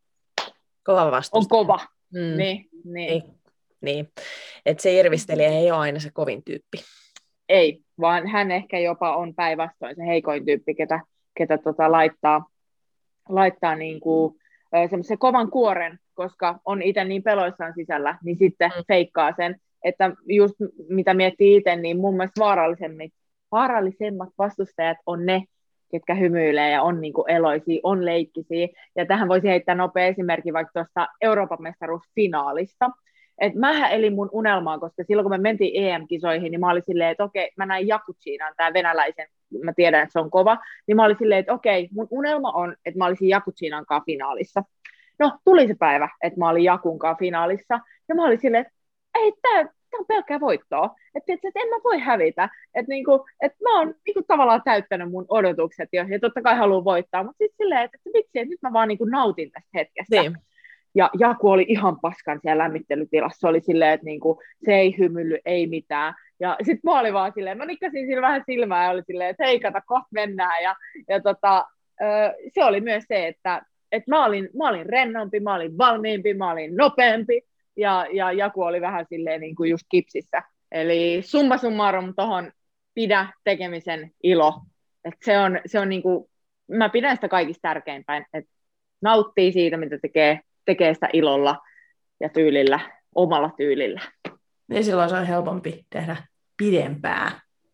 Kova vastus. on kova, Mm. niin, niin. Niin. niin. Että se irvistelijä ei ole aina se kovin tyyppi. Ei, vaan hän ehkä jopa on päinvastoin se heikoin tyyppi, ketä, ketä tota laittaa, laittaa niinku, semmoisen kovan kuoren, koska on itse niin peloissaan sisällä, niin sitten mm. feikkaa sen, että just mitä miettii itse, niin mun mielestä vaarallisemmat, vaarallisemmat vastustajat on ne, ketkä hymyilee ja on niinku eloisia, on leikkisiä. Ja tähän voisi heittää nopea esimerkki vaikka tuosta Euroopan mestaruusfinaalista. Et mähän elin mun unelmaa, koska silloin kun me mentiin E M-kisoihin, niin mä olin silleen, että okei, mä näin Jakutsinan, tämän venäläisen, mä tiedän, että se on kova, niin mä olin silleen, että okei, mun unelma on, että mä olisin Jakutsinan kanssa finaalissa. No, tuli se päivä, että mä olin Jakun kanssa finaalissa, ja mä olin silleen, että ei, tää, tää on pelkkää voittoa, että et, et en mä voi hävitä, että niinku, et mä oon niinku tavallaan täyttänyt mun odotukset jo, ja totta kai haluan voittaa, mutta sitten silleen, että, että vitsi, että nyt mä vaan niinku nautin tästä hetkestä. Niin. Ja Jaku oli ihan paskan siellä lämmittelytilassa. Se oli silleen, että niinku, se ei hymyily, ei mitään. Ja sitten mä olin vaan silleen, mä nikkasin sillä vähän silmää ja oli silleen, että hei, kato, kohta mennään. Ja, ja tota, se oli myös se, että että mä olin, mä olin rennompi, mä olin valmiimpi, mä olin nopeampi, ja, ja Jaku oli vähän silleen niin kuin just kipsissä. Eli summa summarum tohon pidä tekemisen ilo. Et se on, se on niin kuin, mä pidän sitä kaikista tärkeinpäin, että nauttii siitä, mitä tekee, tekee sitä ilolla ja tyylillä, omalla tyylillä. Ja silloin se on helpompi tehdä pidempää.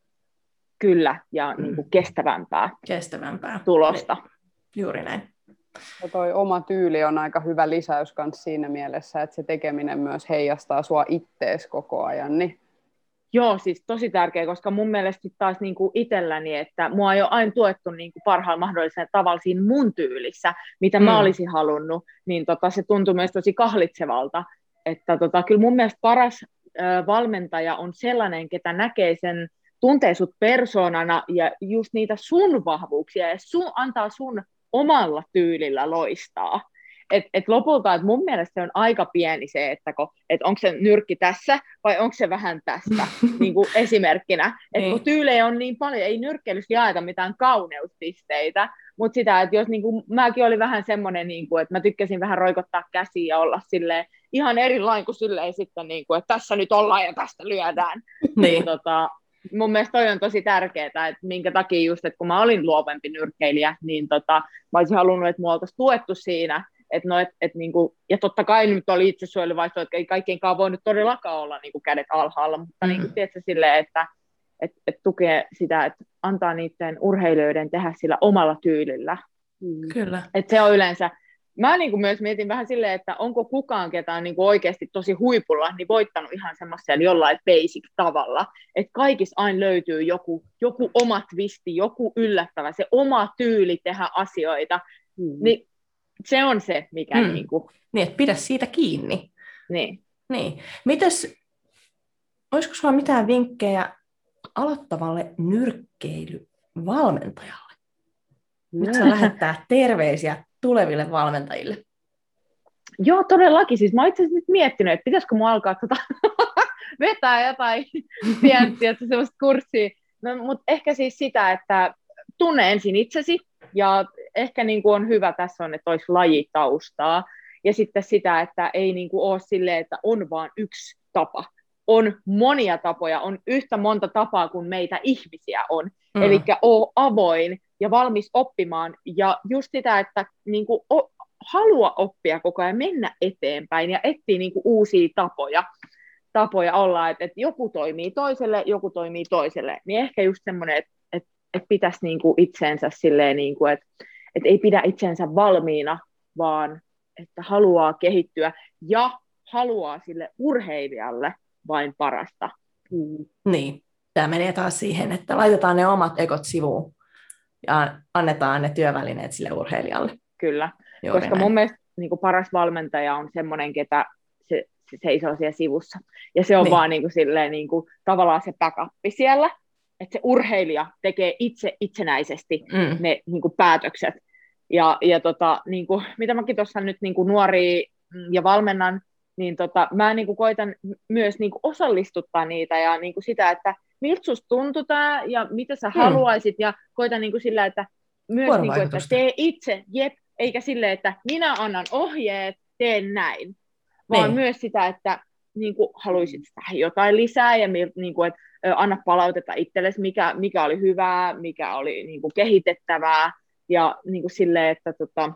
Kyllä, ja mm. niin kuin kestävämpää, kestävämpää tulosta. Niin, juuri näin. Ja toi oma tyyli on aika hyvä lisäys myös siinä mielessä, että se tekeminen myös heijastaa sua ittees koko ajan. Niin. Joo, siis tosi tärkeä, koska mun mielestä taas niin kuin itselläni, että mua ei ole aina tuettu niin kuin parhaalla mahdollisella tavalla siinä mun tyylissä, mitä mm. mä olisin halunnut, niin tota, se tuntui myös tosi kahlitsevalta. Että tota, kyllä mun mielestä paras ö, valmentaja on sellainen, ketä näkee sen, tuntee sut persoonana ja just niitä sun vahvuuksia ja sun, antaa sun omalla tyylillä loistaa. Et, et lopulta, et mun mielestä se on aika pieni se, että et onko se nyrkki tässä vai onko se vähän tästä, niin kuin esimerkkinä. Et kun tyylejä on niin paljon, ei nyrkkeilyssä jaeta mitään kauneuspisteitä, mutta sitä, että jos niin kuin, mäkin olin vähän semmoinen, niin kuin, että mä tykkäsin vähän roikottaa käsiä ja olla silleen, ihan erilainen kuin silleen sitten, niin kuin, että tässä nyt ollaan ja tästä lyödään. Niin. Tota, mun mielestä toi on tosi tärkeää, että minkä takia just, että kun mä olin luovempi nyrkkeilijä, niin tota, mä olisin halunnut, että mua oltaisiin tuettu siinä, että no, et, et niinku, ja totta kai nyt oli itsesuojeluvaisto, että ei kaikkienkaan voinut todellakaan olla niinku kädet alhaalla, mutta mm. niinku, tiedätkö, silleen, että et, et tukee sitä, että antaa niiden urheilijoiden tehdä sillä omalla tyylillä. Mm. Kyllä. Et se on yleensä, mä niinku myös mietin vähän silleen, että onko kukaan ketään niinku oikeasti tosi huipulla, niin voittanut ihan semmoisella jollain basic tavalla, että kaikissa aina löytyy joku, joku oma twisti, joku yllättävä, se oma tyyli tehdä asioita, mm. niin se on se, mikä mm. niinku... Niin, että pidä siitä kiinni. Niin. Niin. Mites, olisiko sulla mitään vinkkejä aloittavalle nyrkkeilyvalmentajalle? Mm. Nyt saa lähettää terveisiä tuleville valmentajille. Joo, todellakin. Siis mä oon itse asiassa nyt miettinyt, että pitäisikö mun alkaa tota vetää jotain pientä semmoista kurssia. No, mutta ehkä siis sitä, että tunne ensin itsesi, ja ehkä niin kuin on hyvä tässä on, että olisi lajitaustaa, ja sitten sitä, että ei niin kuin ole silleen, että on vaan yksi tapa. On monia tapoja, on yhtä monta tapaa kuin meitä ihmisiä on. Mm. Eli ole avoin ja valmis oppimaan, ja just sitä, että niin kuin o- halua oppia koko ajan, mennä eteenpäin ja etsiä niin kuin uusia tapoja, tapoja olla, että, että joku toimii toiselle, joku toimii toiselle, niin ehkä just semmoinen, että, että, että pitäisi niin kuin itseensä silleen, niin kuin, että, että ei pidä itsensä valmiina, vaan että haluaa kehittyä ja haluaa sille urheilijalle vain parasta. Mm. Niin, tämä menee taas siihen, että laitetaan ne omat ekot sivuun ja annetaan ne työvälineet sille urheilijalle. Kyllä, Juuri koska näin. mun mielestä niin kuin paras valmentaja on semmoinen, ketä se, se seisoo siellä sivussa. Ja se on niin. vaan niin kuin, silleen, niin kuin, tavallaan se backup siellä, että se urheilija tekee itse itsenäisesti mm. ne niin kuin, päätökset. Ja, ja tota, niin kuin, mitä mäkin tuossa nyt niin kuin nuoria ja valmennan, niin tota, mä niin kuin koitan myös niin kuin osallistuttaa niitä ja niin kuin sitä, että miltä susta tuntuu tämä ja mitä sä hmm. haluaisit ja koitan niin kuin sillä, että myös niin kuin, että tee itse, jep, eikä silleen, että minä annan ohjeet, teen näin, vaan niin. myös sitä, että niin kuin haluaisit tähän jotain lisää ja niin kuin, että anna palautetta itsellesi, mikä, mikä oli hyvää, mikä oli niin kuin kehitettävää ja niin kuin silleen, että, tota,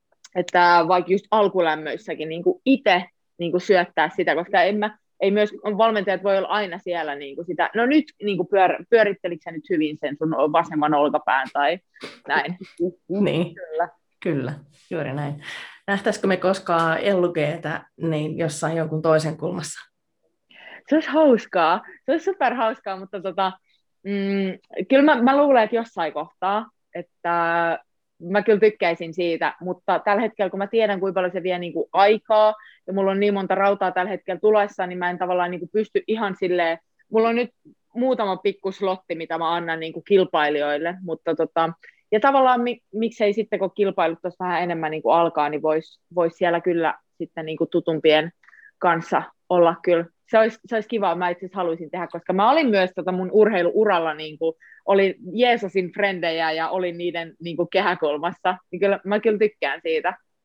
että vaikka just alkulämmöissäkin niin kuin itse niin kuin syöttää sitä, koska en mä, ei myös valmentajat voi olla aina siellä niin kuin sitä, no nyt niin kuin pyör, pyörittelikö sä nyt hyvin sen sun vasemman olkapään tai näin. Niin, kyllä. Kyllä, juuri näin. Nähtäisikö me koskaan Ellugeetä niin jossain jonkun toisen kulmassa? Se olisi hauskaa, se olisi superhauskaa, mutta tota, mm, kyllä mä, mä luulen, että jossain kohtaa, että mä kyllä tykkäisin siitä, mutta tällä hetkellä, kun mä tiedän, kuinka paljon se vie niin kuin aikaa, ja mulla on niin monta rautaa tällä hetkellä tulossa, niin mä en tavallaan niin kuin pysty ihan silleen, mulla on nyt muutama pikku slotti, mitä mä annan niin kuin kilpailijoille, mutta tota, ja tavallaan miksei sitten, kun kilpailut tuossa vähän enemmän niin kuin alkaa, niin voisi vois siellä kyllä sitten niin kuin tutumpien kanssa olla kyllä. Se olisi, se olisi kiva, mä itse asiassa haluaisin tehdä, koska mä olin myös tota mun urheiluuralla, niin kuin, olin Jeesusin frendejä ja olin niiden niin kuin kehäkulmassa, niin kyllä, mä kyllä tykkään siitä.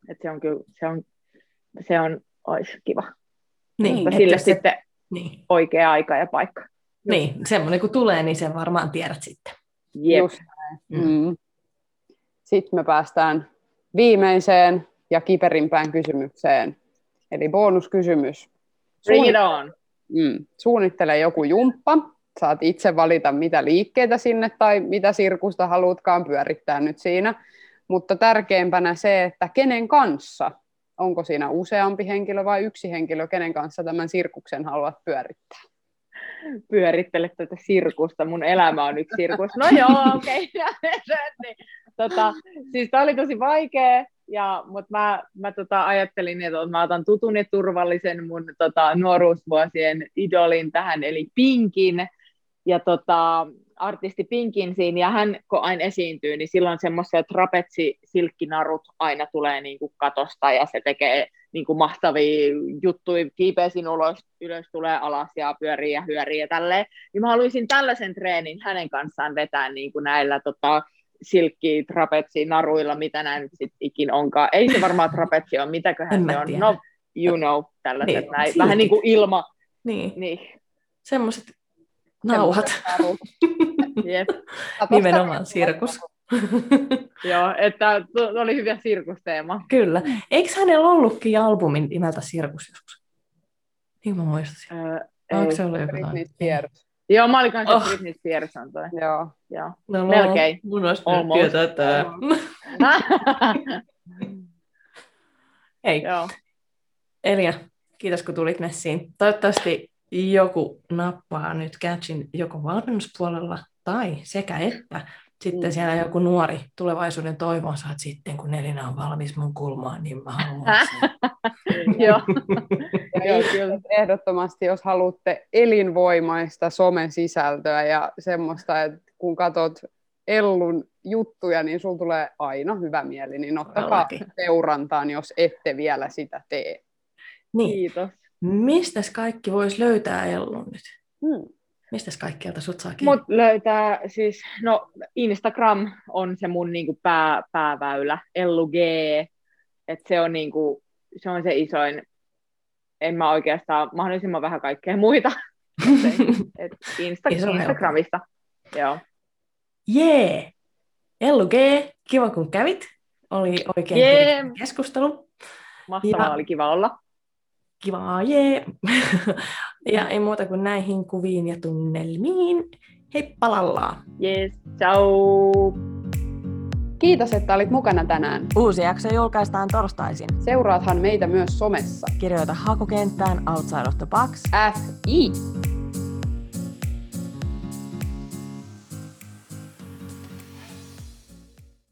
että se on kyllä, se on, se on, olisi kiva. Niin, mutta sille se, sitten niin. oikea aika ja paikka. Niin, semmoinen kun tulee, niin sen varmaan tiedät sitten. Jep. Just näin. Mm. Sitten me päästään viimeiseen ja kiperimpään kysymykseen. Eli bonuskysymys. Bring it on. Mm. Suunnittele joku jumppa. Saat itse valita, mitä liikkeitä sinne tai mitä sirkusta haluatkaan pyörittää nyt siinä. Mutta tärkeimpänä se, että kenen kanssa. Onko siinä useampi henkilö vai yksi henkilö, kenen kanssa tämän sirkuksen haluat pyörittää? Pyörittele tätä sirkusta. Mun elämä on yksi sirkus. No joo, okei. Okay. tota, siis tää oli tosi vaikea, ja, mutta mä, mä tota, ajattelin, että mä otan tutun ja turvallisen mun tota, nuoruusvuosien idolin tähän, eli Pinkin. Ja tota, artisti Pinkin siinä, ja hän kun aina esiintyy, niin silloin semmoisia trapetsisilkkinarut aina tulee niin kuin katosta, ja se tekee niin kuin mahtavia juttuja, kiipeäsin ulos, ylös tulee alas ja pyörii ja hyörii ja tälleen. Niin mä haluaisin tällaisen treenin hänen kanssaan vetää niin kuin näillä tota, silkki trapetsinaruilla, mitä näin nyt sitten ikin onkaan. Ei se varmaan trapetsi ole, mitäköhän se on. Tiedä. No, you know, tällaiset niin, näin. Vähän niin kuin ilma. Niin. niin. Semmoiset nauhat. Yep. Nimenomaan sirkus. Joo, että oli hyvä sirkusteema. Kyllä. Eikö hänellä ollutkin albumi nimeltä Sirkus joskus? Niin mä muistasin. Öö, Onko se ollut joku Britney Spears. Joo, mä olin kanssa oh. Britney Spears on toi. Joo. Joo. No, melkein. Mun olisi tietää tää. Hei. Joo. Elia, kiitos kun tulit messiin. Toivottavasti joku nappaa nyt catchin joko valmennuspuolella tai sekä että sitten siellä joku nuori tulevaisuuden toivonsa, että sitten kun Elina on valmis mun kulmaan, niin mä haluan sen. Joo. Ja ehdottomasti, jos haluatte elinvoimaista somen sisältöä ja semmoista, että kun katsot Ellun juttuja, niin sulla tulee aina hyvä mieli, niin ottakaa seurantaan, jos ette vielä sitä tee. Niin. Kiitos. Mistäs kaikki vois löytää Ellun nyt? Hmm. Mistäs kaikkialta sut saa kiinni? Mut löytää siis, no Instagram on se mun niinku pää, pääväylä, Ellu G, että se on niinku, se on se isoin, en mä oikeastaan, mahdollisimman vähän kaikkea muita, et Insta, Instagramista, joo. Jee! Ellu G, kiva kun kävit, oli oikein yeah. keskustelu. Mahtavaa, ja oli kiva olla. Kivaa, jee! Ja ei muuta kuin näihin kuviin ja tunnelmiin. Heippa lallaa! Yes, ciao! Kiitos, että olit mukana tänään. Uusi jakso julkaistaan torstaisin. Seuraathan meitä myös somessa. Kirjoita hakukenttään Outside of the Box F I